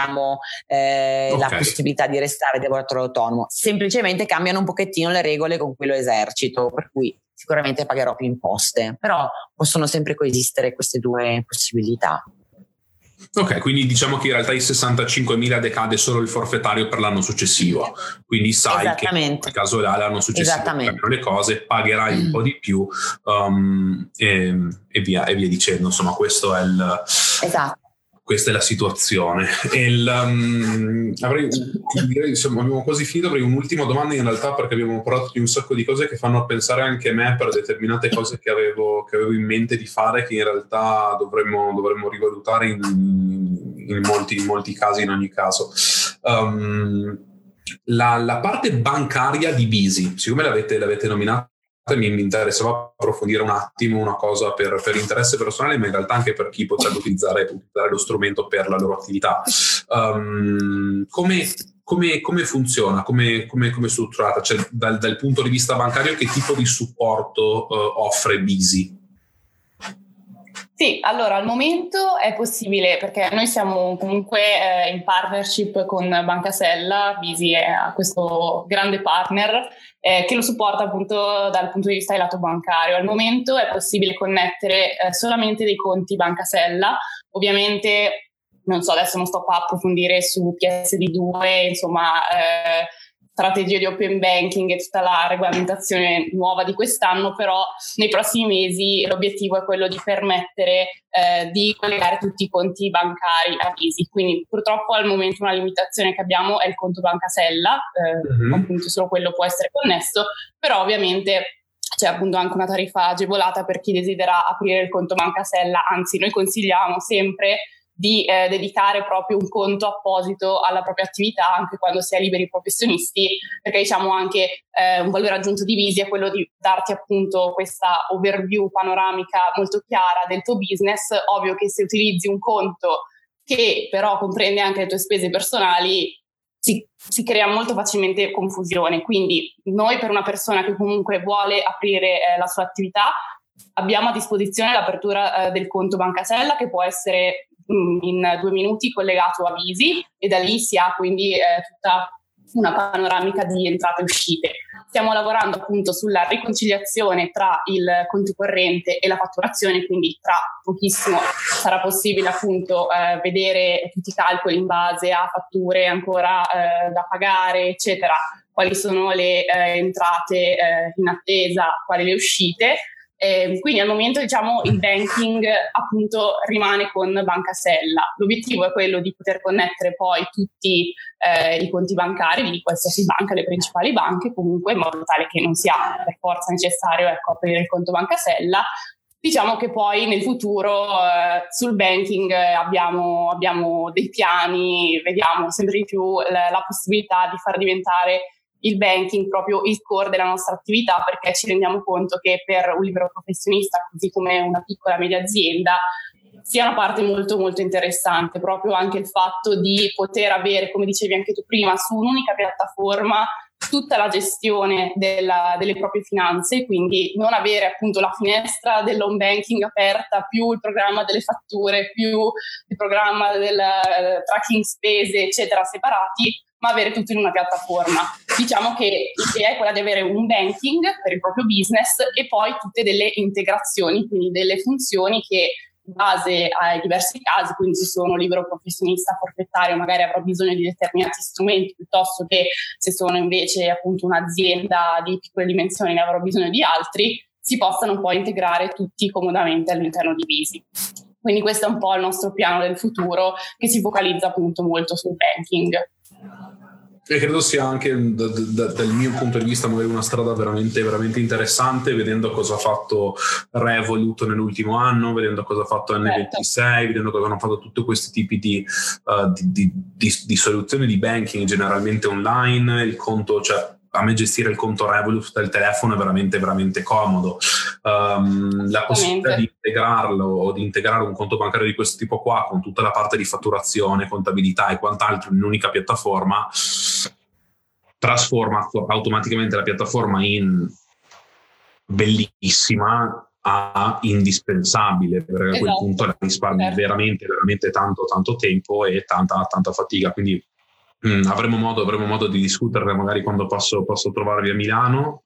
la possibilità di restare lavoratore autonomo. Semplicemente cambiano un pochettino le regole con cui lo esercito, per cui sicuramente pagherò più imposte, però possono sempre coesistere queste due possibilità. Ok, quindi diciamo che in realtà i 65.000 decade solo il forfettario per l'anno successivo, quindi sai che nel caso l'anno successivo cambiano le cose, pagherai un po' di più, e via dicendo. Insomma, questo è questa è la situazione. Abbiamo quasi finito. Avrei un'ultima domanda in realtà, perché abbiamo parlato di un sacco di cose che fanno pensare anche me per determinate cose che avevo in mente di fare, che in realtà dovremmo rivalutare in molti casi, in ogni caso. La parte bancaria di Bisi, siccome l'avete nominata, mi interessava approfondire un attimo una cosa per interesse personale, ma in realtà anche per chi potrebbe utilizzare lo strumento per la loro attività. Come funziona? Come è strutturata? Cioè, dal punto di vista bancario, che tipo di supporto offre Bisi? Sì, allora al momento è possibile, perché noi siamo comunque in partnership con Banca Sella. Bisi è questo grande partner che lo supporta appunto dal punto di vista del lato bancario. Al momento è possibile connettere solamente dei conti Banca Sella. Ovviamente, non so, adesso non sto qua a approfondire su PSD2, insomma, strategie di open banking e tutta la regolamentazione nuova di quest'anno, però nei prossimi mesi l'obiettivo è quello di permettere di collegare tutti i conti bancari a Bisi. Quindi purtroppo al momento una limitazione che abbiamo è il conto Banca Sella, appunto solo quello può essere connesso, però ovviamente c'è appunto anche una tariffa agevolata per chi desidera aprire il conto Banca Sella. Anzi, noi consigliamo sempre di dedicare proprio un conto apposito alla propria attività anche quando si è liberi professionisti, perché diciamo anche un valore aggiunto di Visi è quello di darti appunto questa overview panoramica molto chiara del tuo business. Ovvio che se utilizzi un conto che però comprende anche le tue spese personali si crea molto facilmente confusione, quindi noi per una persona che comunque vuole aprire la sua attività abbiamo a disposizione l'apertura del conto Banca Sella, che può essere in 2 minuti collegato a Visi, e da lì si ha quindi tutta una panoramica di entrate e uscite. Stiamo lavorando appunto sulla riconciliazione tra il conto corrente e la fatturazione, quindi tra pochissimo sarà possibile appunto vedere tutti i calcoli in base a fatture ancora da pagare, eccetera, quali sono le entrate in attesa, quali le uscite. Quindi al momento diciamo il banking appunto rimane con Banca Sella. L'obiettivo è quello di poter connettere poi tutti i conti bancari di qualsiasi banca, le principali banche, comunque in modo tale che non sia per forza necessario aprire il conto Banca Sella. Diciamo che poi nel futuro sul banking abbiamo dei piani, vediamo sempre di più la possibilità di far diventare il banking proprio il core della nostra attività, perché ci rendiamo conto che per un libero professionista, così come una piccola media azienda, sia una parte molto molto interessante, proprio anche il fatto di poter avere, come dicevi anche tu prima, su un'unica piattaforma tutta la gestione delle proprie finanze, quindi non avere appunto la finestra dell'home banking aperta, più il programma delle fatture, più il programma del tracking spese, eccetera, separati, ma avere tutto in una piattaforma. Diciamo che l'idea è quella di avere un banking per il proprio business e poi tutte delle integrazioni, quindi delle funzioni che in base ai diversi casi, quindi se sono libero professionista forfettario magari avrò bisogno di determinati strumenti, piuttosto che se sono invece appunto un'azienda di piccole dimensioni ne avrò bisogno di altri, si possano poi integrare tutti comodamente all'interno di Visi. Quindi questo è un po' il nostro piano del futuro, che si focalizza appunto molto sul banking. E credo sia anche dal mio punto di vista magari una strada veramente, veramente interessante, vedendo cosa ha fatto Revolut nell'ultimo anno, vedendo cosa ha fatto N26, vedendo cosa hanno fatto tutti questi tipi di soluzioni di banking generalmente online. Il conto, cioè a me gestire il conto Revolut dal telefono è veramente, veramente comodo. La possibilità di integrarlo o di integrare un conto bancario di questo tipo qua con tutta la parte di fatturazione, contabilità e quant'altro in un'unica piattaforma trasforma automaticamente la piattaforma in bellissima a indispensabile, perché a quel punto la risparmi veramente, veramente tanto tempo e tanta fatica. Quindi avremo modo di discuterne magari quando posso trovarvi a Milano,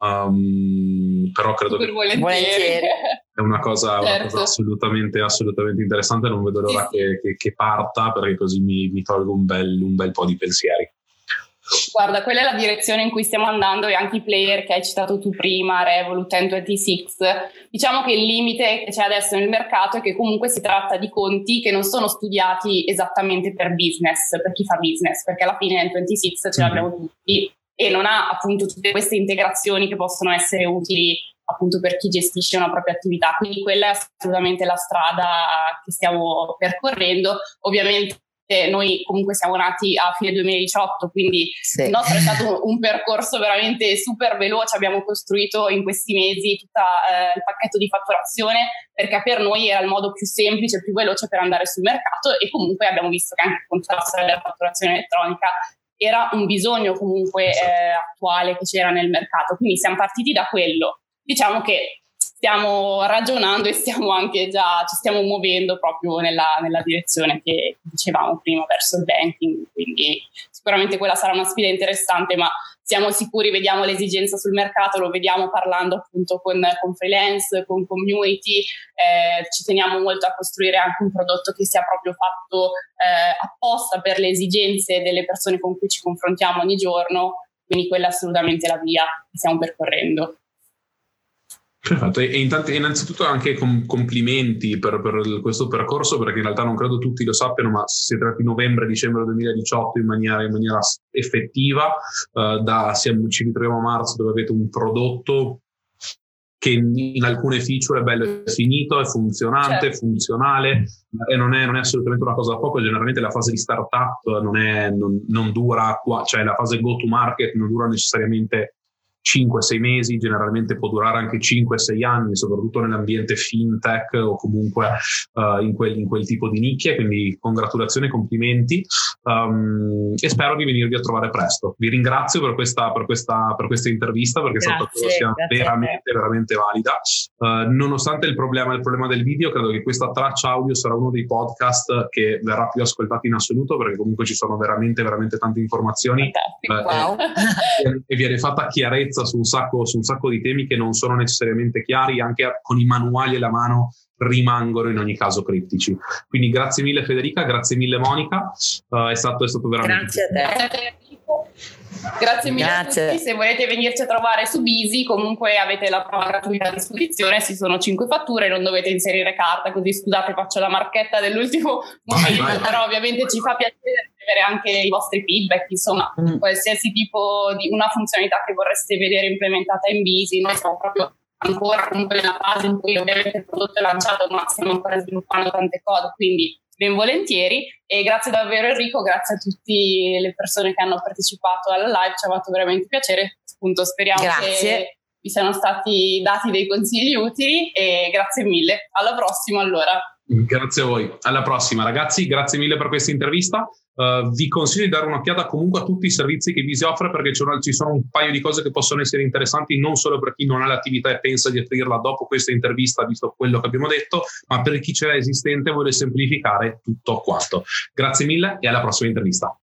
però credo che volentieri. È una cosa assolutamente interessante. Non vedo l'ora che parta, perché così mi tolgo un bel po' di pensieri. Guarda, quella è la direzione in cui stiamo andando, e anche i player che hai citato tu prima, Revolut, N26. Diciamo che il limite che c'è adesso nel mercato è che comunque si tratta di conti che non sono studiati esattamente per business, per chi fa business, perché alla fine N26 ce l'abbiamo tutti e non ha appunto tutte queste integrazioni che possono essere utili appunto per chi gestisce una propria attività. Quindi quella è assolutamente la strada che stiamo percorrendo. Ovviamente noi comunque siamo nati a fine 2018, quindi il nostro è stato un percorso veramente super veloce. Abbiamo costruito in questi mesi tutto il pacchetto di fatturazione, perché per noi era il modo più semplice, più veloce per andare sul mercato, e comunque abbiamo visto che anche il contrasto della fatturazione elettronica era un bisogno comunque attuale che c'era nel mercato, quindi siamo partiti da quello. Diciamo che stiamo ragionando e stiamo anche già ci stiamo muovendo proprio nella direzione che dicevamo prima, verso il banking, quindi sicuramente quella sarà una sfida interessante, ma siamo sicuri, vediamo l'esigenza sul mercato, lo vediamo parlando appunto con freelance, con community, ci teniamo molto a costruire anche un prodotto che sia proprio fatto apposta per le esigenze delle persone con cui ci confrontiamo ogni giorno, quindi quella è assolutamente la via che stiamo percorrendo. Perfetto, e innanzitutto anche complimenti per questo percorso, perché in realtà non credo tutti lo sappiano, ma si tratta di novembre-dicembre 2018 in maniera effettiva. Ci ritroviamo a marzo, dove avete un prodotto che in alcune feature è bello e finito, è funzionante, certo, funzionale, e non è assolutamente una cosa da poco. Generalmente la fase di startup non dura, cioè la fase go to market non dura necessariamente 5-6 mesi, generalmente può durare anche 5-6 anni, soprattutto nell'ambiente fintech o comunque in quel tipo di nicchie, quindi congratulazioni e complimenti, e spero di venirvi a trovare presto. Vi ringrazio per questa intervista, perché credo sia veramente valida. Nonostante il problema del video, credo che questa traccia audio sarà uno dei podcast che verrà più ascoltati in assoluto, perché comunque ci sono veramente tante informazioni, e viene fatta chiarezza su un sacco di temi che non sono necessariamente chiari, anche con i manuali alla mano rimangono in ogni caso criptici. Quindi grazie mille Federica, grazie mille Monica, è stato veramente... Grazie a te. Grazie mille a tutti. Se volete venirci a trovare su Busy, comunque avete la prova gratuita a disposizione, ci sono 5 fatture, non dovete inserire carta, così scusate, faccio la marchetta dell'ultimo momento, però ovviamente ci fa piacere avere anche i vostri feedback, insomma, qualsiasi tipo di una funzionalità che vorreste vedere implementata in Busy. Noi siamo proprio ancora comunque nella fase in cui ovviamente il prodotto è lanciato, ma stiamo ancora sviluppando tante cose, quindi ben volentieri. E grazie davvero Enrico, grazie a tutte le persone che hanno partecipato alla live, ci ha fatto veramente piacere, appunto speriamo che vi siano stati dati dei consigli utili, e grazie mille, alla prossima allora. Grazie a voi, alla prossima ragazzi, grazie mille per questa intervista. Vi consiglio di dare un'occhiata comunque a tutti i servizi che Busy offre, perché ci sono un paio di cose che possono essere interessanti, non solo per chi non ha l'attività e pensa di aprirla dopo questa intervista, visto quello che abbiamo detto, ma per chi ce l'ha esistente e vuole semplificare tutto quanto. Grazie mille e alla prossima intervista.